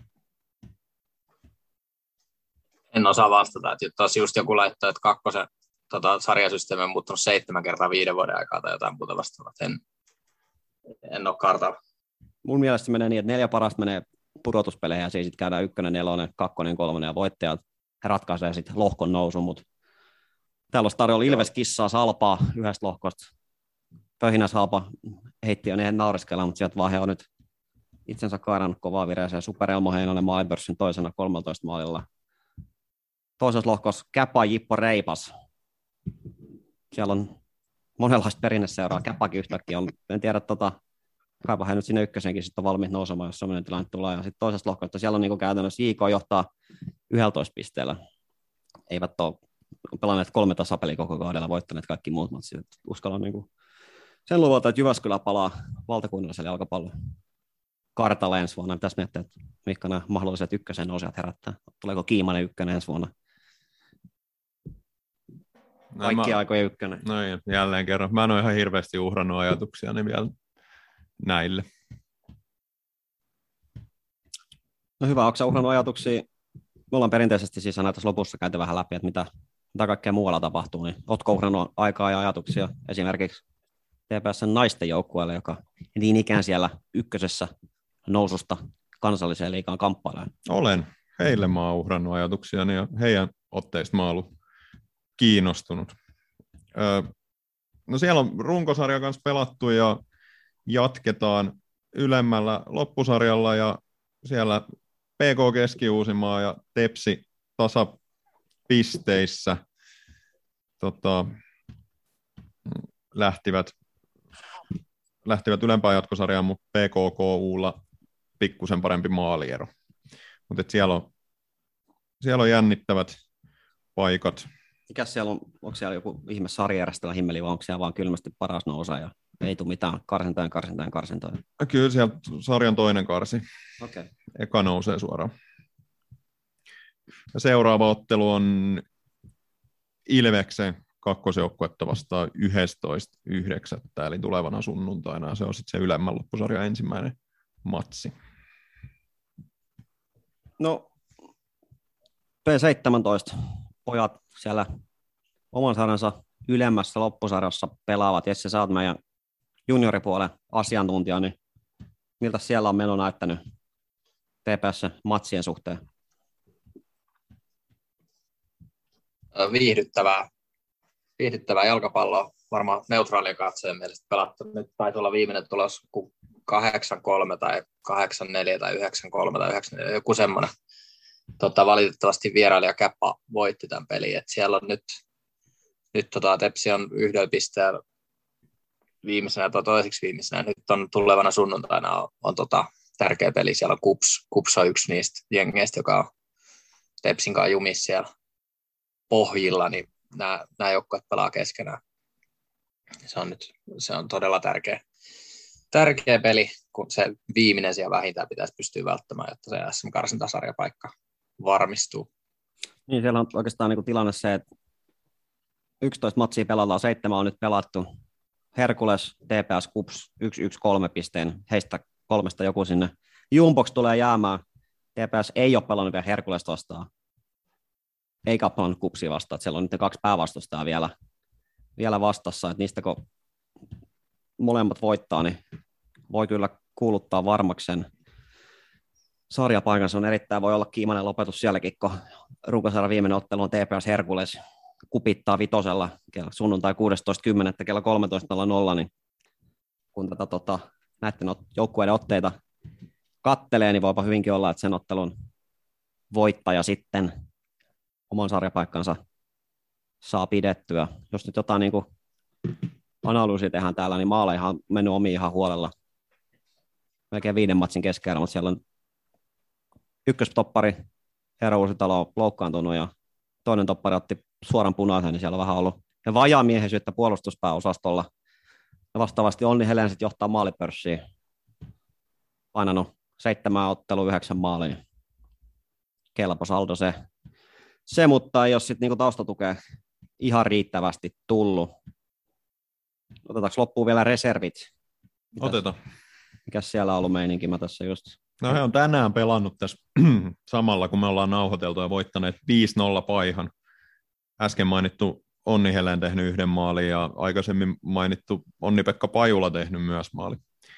En osaa vastata. Että taas just joku laittaa, että kakkosen tota, sarjasysteemi on muuttunut seitsemän kertaa viiden vuoden aikaa tai jotain muuta vastaavaa. En, en ole kartalla. Mun mielestä menee niin, että neljä parasta menee pudotuspeleihin ja siinä sitten käydään ykkönen, nelonen, kakkonen, kolmonen ja voittajat. He ratkaisee sitten lohkon nousun, mutta täällä olisi tarjolla Ilves kissaa Salpaa yhdestä lohkosta. Pöhinä Salpa heitti jo niihin nauriskella, mutta sieltä vaan he on nyt itsensä kairannut kovaa vireeseen. Super Elmo Heinonen maalipörssin toisena kolmetoista maalilla. Toisessa lohkossa Käpä Jippo Reipas. Siellä on monenlaista perinneseuraa. Käpäkin yhtäkkiä on, en tiedä, tota, kaipa he nyt sinne ykkösenkin sitten on valmiit nousemaan, jos sellainen tilanne tulee. Ja sitten toisessa lohkossa siellä on niin käytännössä I K johtaa yksitoista pisteellä. Eivät ole pelanneet kolme tasapeliä koko kaudella, voittaneet kaikki muut matsit. Uskallan niin kuin sen luvata, että Jyväskylä palaa valtakunnalliselle jalkapallon kartalle ensi vuonna. Pitäisi miettiä, että mitkä nämä mahdolliset ykkösen nousijat herättää. Tuleeko Kiimanen ykkönen ensi vuonna? Kaikki no, aikojen ykkönen. No jälleen kerran. Mä en ole ihan hirveästi uhrannut ajatuksia niin vielä näille. No hyvä, onko sä uhrannut ajatuksia? Me ollaan perinteisesti siis aina tässä lopussa käyty vähän läpi, että mitä, mitä kaikkea muualla tapahtuu. Niin ootko uhrannut aikaa ja ajatuksia esimerkiksi T P S:n naisten joukkueelle, joka niin ikään siellä ykkösessä noususta kansalliseen liigaan kamppailee? Olen. Heille mä oon uhrannut ajatuksiani ja heidän otteista mä oon ollut kiinnostunut. Öö, no siellä on runkosarja kanssa pelattu ja jatketaan ylemmällä loppusarjalla ja siellä P K Keski-Uusimaa ja Tepsi tasapisteissä tota, lähtivät lähtivät ylempään jatkosarjaan, mutta P K K Ulla pikkusen parempi maaliero. Mutta siellä on, siellä on jännittävät paikat. Mikäs siellä on, onko siellä joku ihme sarjajärjestelmä himmeli, vai onko siellä vaan kylmästi paras nousa ja ei tule mitään karsintojen, karsintojen, karsintojen? Kyllä siellä sarjan toinen karsi. Okei. Okay. Eka nousee suoraan. Ja seuraava ottelu on Ilveksen kakkosjoukkuetta vastaan yhdestoista yhdeksättä eli tulevana sunnuntaina. Se on sitten se ylemmän loppusarjan ensimmäinen matsi. No, P seitsemäntoista. Pojat siellä oman sarjansa ylemmässä loppusarjassa pelaavat. Jesse, sä oot meidän junioripuolen asiantuntija, niin miltä siellä on meno näyttänyt T P S-matsien suhteen? Viihdyttävää. Viihdyttävää jalkapalloa. Varmaan neutraalien katsojen mielestä pelattu. Nyt taisi olla viimeinen tulos kahdeksan kolme tai kahdeksan neljä tai yhdeksän kolme tai yhdeksän neljä, joku semmoinen. Tota, valitettavasti vierailija Käppa voitti tämän pelin. Et siellä on nyt, nyt tota, Tepsi on yhdellä pisteellä viimeisenä tai toiseksi viimeisenä. Nyt on tulevana sunnuntaina on, on tota, tärkeä peli. Siellä on Kups. Kups on yksi niistä jengeistä, joka on Tepsin kanssa jumissa siellä pohjilla, niin nämä, nämä joukkueet pelaa keskenään. Se on nyt se on todella tärkeä, tärkeä peli, kun se viimeinen siellä vähintään pitäisi pystyä välttämään, jotta se S M-karsintasarjapaikka varmistuu. Niin, siellä on oikeastaan niin kuin tilanne se, että yksitoista matsia pelataan, seitsemän on nyt pelattu. Herkules, T P S, Kups, yksi yksi kolme pisteen, heistä kolmesta joku sinne. Jumbox tulee jäämään. T P S ei ole pelannut vielä Herkules vastaan. Eikä ole pelannut Kupsia vastaan. Siellä on nyt kaksi päävastustaa vielä, vielä vastassa. Että niistä kun molemmat voittaa, niin voi kyllä kuuluttaa varmaksi sen sarjapaikan. Se on erittäin, voi olla kiimainen lopetus sielläkin, kun runkosarjan viimeinen ottelu on T P S Herkules. Kupittaa vitosella sunnuntai kuudestoista kymmenettä kello kolmetoista nolla nolla, niin kun tätä tota, näiden joukkueiden otteita kattelee, niin voipa hyvinkin olla, että sen ottelun voittaja sitten oman sarjapaikkansa saa pidettyä. Jos nyt jotain niin kuin analyysiä tehdään täällä, niin maaleihan on mennyt omiin ihan huolella. Melkein viiden matsin keskellä, mutta siellä on ykköstoppari Eero Uusitalo on loukkaantunut ja toinen toppari otti suoran punaisen, niin siellä on vähän ollut ja vajaamiehisyyttä puolustuspääosastolla. Ja vastaavasti Onni Helen sitten johtaa maalipörssiin. Painanut seitsemän ottelua, yhdeksän maaliin. Kelpo saldo se. Se, mutta ei ole sitten niinku taustatukea ihan riittävästi tullut. Otetaanko loppuun vielä reservit? Mitäs, Otetaan. mikäs siellä on ollut meininki? Mä tässä just... No he on tänään pelannut tässä samalla, kun me ollaan nauhoiteltu ja voittaneet viisi nolla Paihan. Äsken mainittu Onni Helen tehnyt yhden maalin ja aikaisemmin mainittu Onni-Pekka Pajula tehnyt myös maali.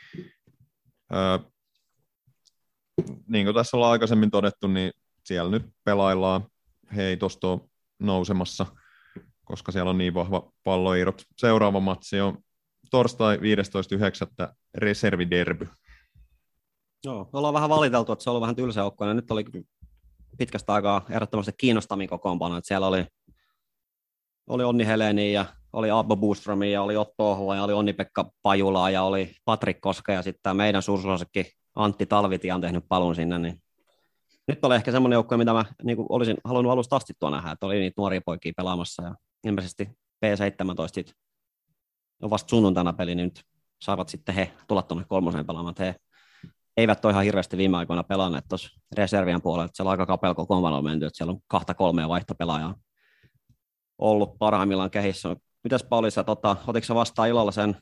Öö, niin kuin tässä ollaan aikaisemmin todettu, niin siellä nyt pelaillaan. He ei tuosta ole nousemassa, koska siellä on niin vahva palloirot. Seuraava matsi on torstai viidestoista yhdeksättä reserviderby. Joo, me ollaan vähän valiteltu, että se on ollut vähän tylsä joukko, ja nyt oli pitkästä aikaa ehdottomasti kiinnostavin kokoonpano, että siellä oli, oli Onni Heleni ja oli Abba Boostromi ja oli Otto Ohoa ja oli Onni-Pekka Pajulaa ja oli Patrik Koska ja sitten meidän suursuosikki Antti Talvitie on tehnyt palun sinne, niin nyt oli ehkä semmoinen joukko, mitä mä niin kuin olisin halunnut alusta asti tuo nähdä, että oli niitä nuoria poikia pelaamassa ja ilmeisesti P seitsemäntoista on vasta sunnuntaina peli, niin nyt saivat sitten he tulla tuonne kolmoseen pelaamaan, että he eivät ole ihan hirveästi viime aikoina pelanneet tuossa reservien puolella, että siellä on aika kapea kokoonpano menty, että siellä on kahta kolmea vaihtopelaajaa ollut parhaimmillaan kehissä. Mitäs Pauli, sä tota, otitko sä vastaan ilolla sen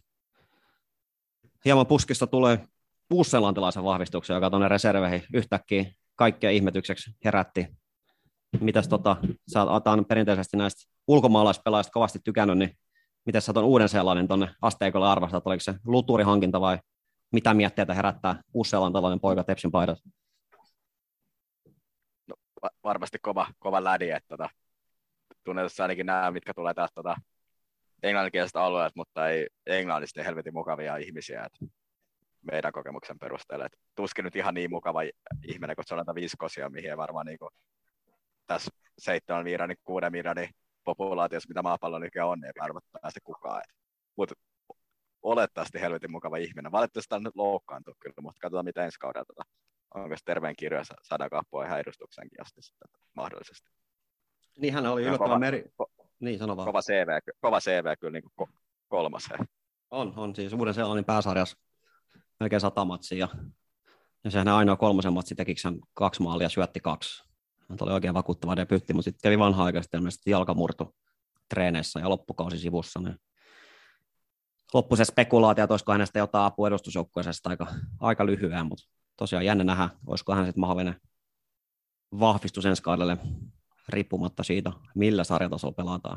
hieman puskista tulee uusseelantilaisen vahvistuksen, joka tuonne reserveihin yhtäkkiä kaikkea ihmetykseksi herätti. Mitäs tota, sä oot perinteisesti näistä ulkomaalaispelaajista kovasti tykännyt, niin miten sä tuon Uuden-Seelannin tuonne asteikolle arvastat, oliko se luturihankinta vai mitä mietteitä herättää uusseelantilainen poika Tepsin paidassa? No, varmasti kova, kova lädi, että tota, tunnetussa ainakin nämä, mitkä tulee tästä tota, englanninkielisestä alueelta, mutta ei englannista niin helvetin mukavia ihmisiä, että meidän kokemuksen perusteella. Et tuskin nyt ihan niin mukava ihminen, kun se on viskosia, mihin ei varmaan niin kuin, tässä seitsemän miljoonan, kuuden miljoonan populaatiossa, mitä maapallo nykyään on, ei varmaan päästä kukaan. Mutta olettavasti helvetin mukava ihminen. Valitettavasti tämä nyt loukkaantuu kyllä, mutta katsotaan mitä ensi kaudella. Tota, onko se terveen kirjoja saada kappua ihan edustuksenkin asti sitten mahdollisesti. Niin hän oli yllättävän meri... Ko- niin, sano vaan. Kova C V, kova C V kyllä niin kuin kolmas. He. On, on. Siis Uuden-Seelannin pääsarjassa melkein sata matsia. Ja, ja sehän ainoa kolmosen matsi tekikö hän kaksi maalia ja syötti kaksi. Hän oli oikein vakuuttava debyytti, mutta sitten kävi vanha-aikaisesti ilmeisesti jalkamurtu treeneissä ja loppukausi sivussa. Niin loppui se spekulaatio, että olisiko hänestä jotain apua edustusjoukkueeseen aika, aika lyhyen, mutta tosiaan jännä nähdä, olisiko hän sitten mahdollinen vahvistus ensi kaudelle riippumatta siitä, millä sarjatasolla pelataan.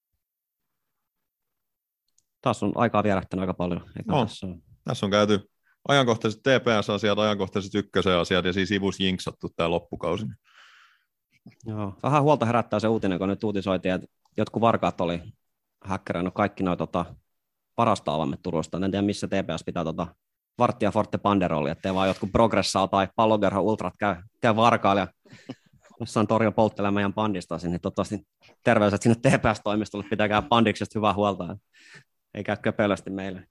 Taas on aikaa vierähtänyt aika paljon. No, tässä, on... tässä on käyty ajankohtaiset T P S-asiat, ajankohtaiset ykkösen asiat ja siis sivus jinksattu tämä loppukausi. Joo, vähän huolta herättää se uutinen, kun nyt uutisoitiin, että jotkut varkaat oli häkkäröinyt kaikki nuo tota, parasta avaimet Turusta. En tiedä, missä T P S pitää tota, Varttia Forte Banderolli, ettei vaan jotkut Progressaa tai Pallogerho Ultrat käy, käy varkailla ja jossain torjo polttelee meidän bandistasi, niin toivottavasti terveiset sinne T P S-toimistolle pitäkää bandiksesta hyvää huolta. Ei käy köpelösti meille.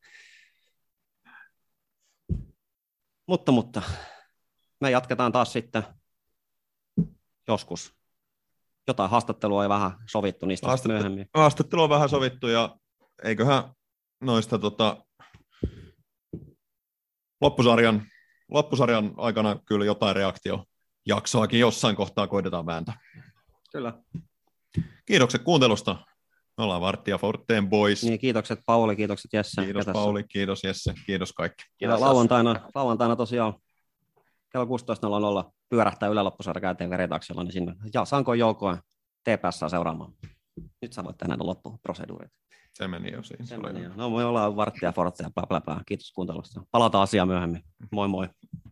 Mutta, mutta me jatketaan taas sitten joskus. Jotain haastattelua ei vähän sovittu niistä Haastatte- myöhemmin. Haastattelu on vähän sovittu ja eiköhän noista tota, loppusarjan, loppusarjan aikana kyllä jotain reaktiojaksoakin jossain kohtaa koitetaan vääntää. Kyllä. Kiitokset kuuntelusta. Me ollaan Varttia Forteen boys. Niin, kiitokset Pauli, kiitokset Jesse. Kiitos Pauli, kiitos Jesse, kiitos kaikki. Kiitos. Lauantaina, lauantaina tosiaan kello kuusitoista nolla nolla pyörähtää Yle Loppusarja käyteen veritaksella, niin sinne ja Sankoin joukkoon T P S seuraamaan. Nyt sä voit tehdä näitä loppuproseduurit. Se meni jo siinä. Se meni jo. No me ollaan Varttia Fortea, bla bla bla. Kiitos kuuntelusta. Palataan asiaan myöhemmin. Moi moi.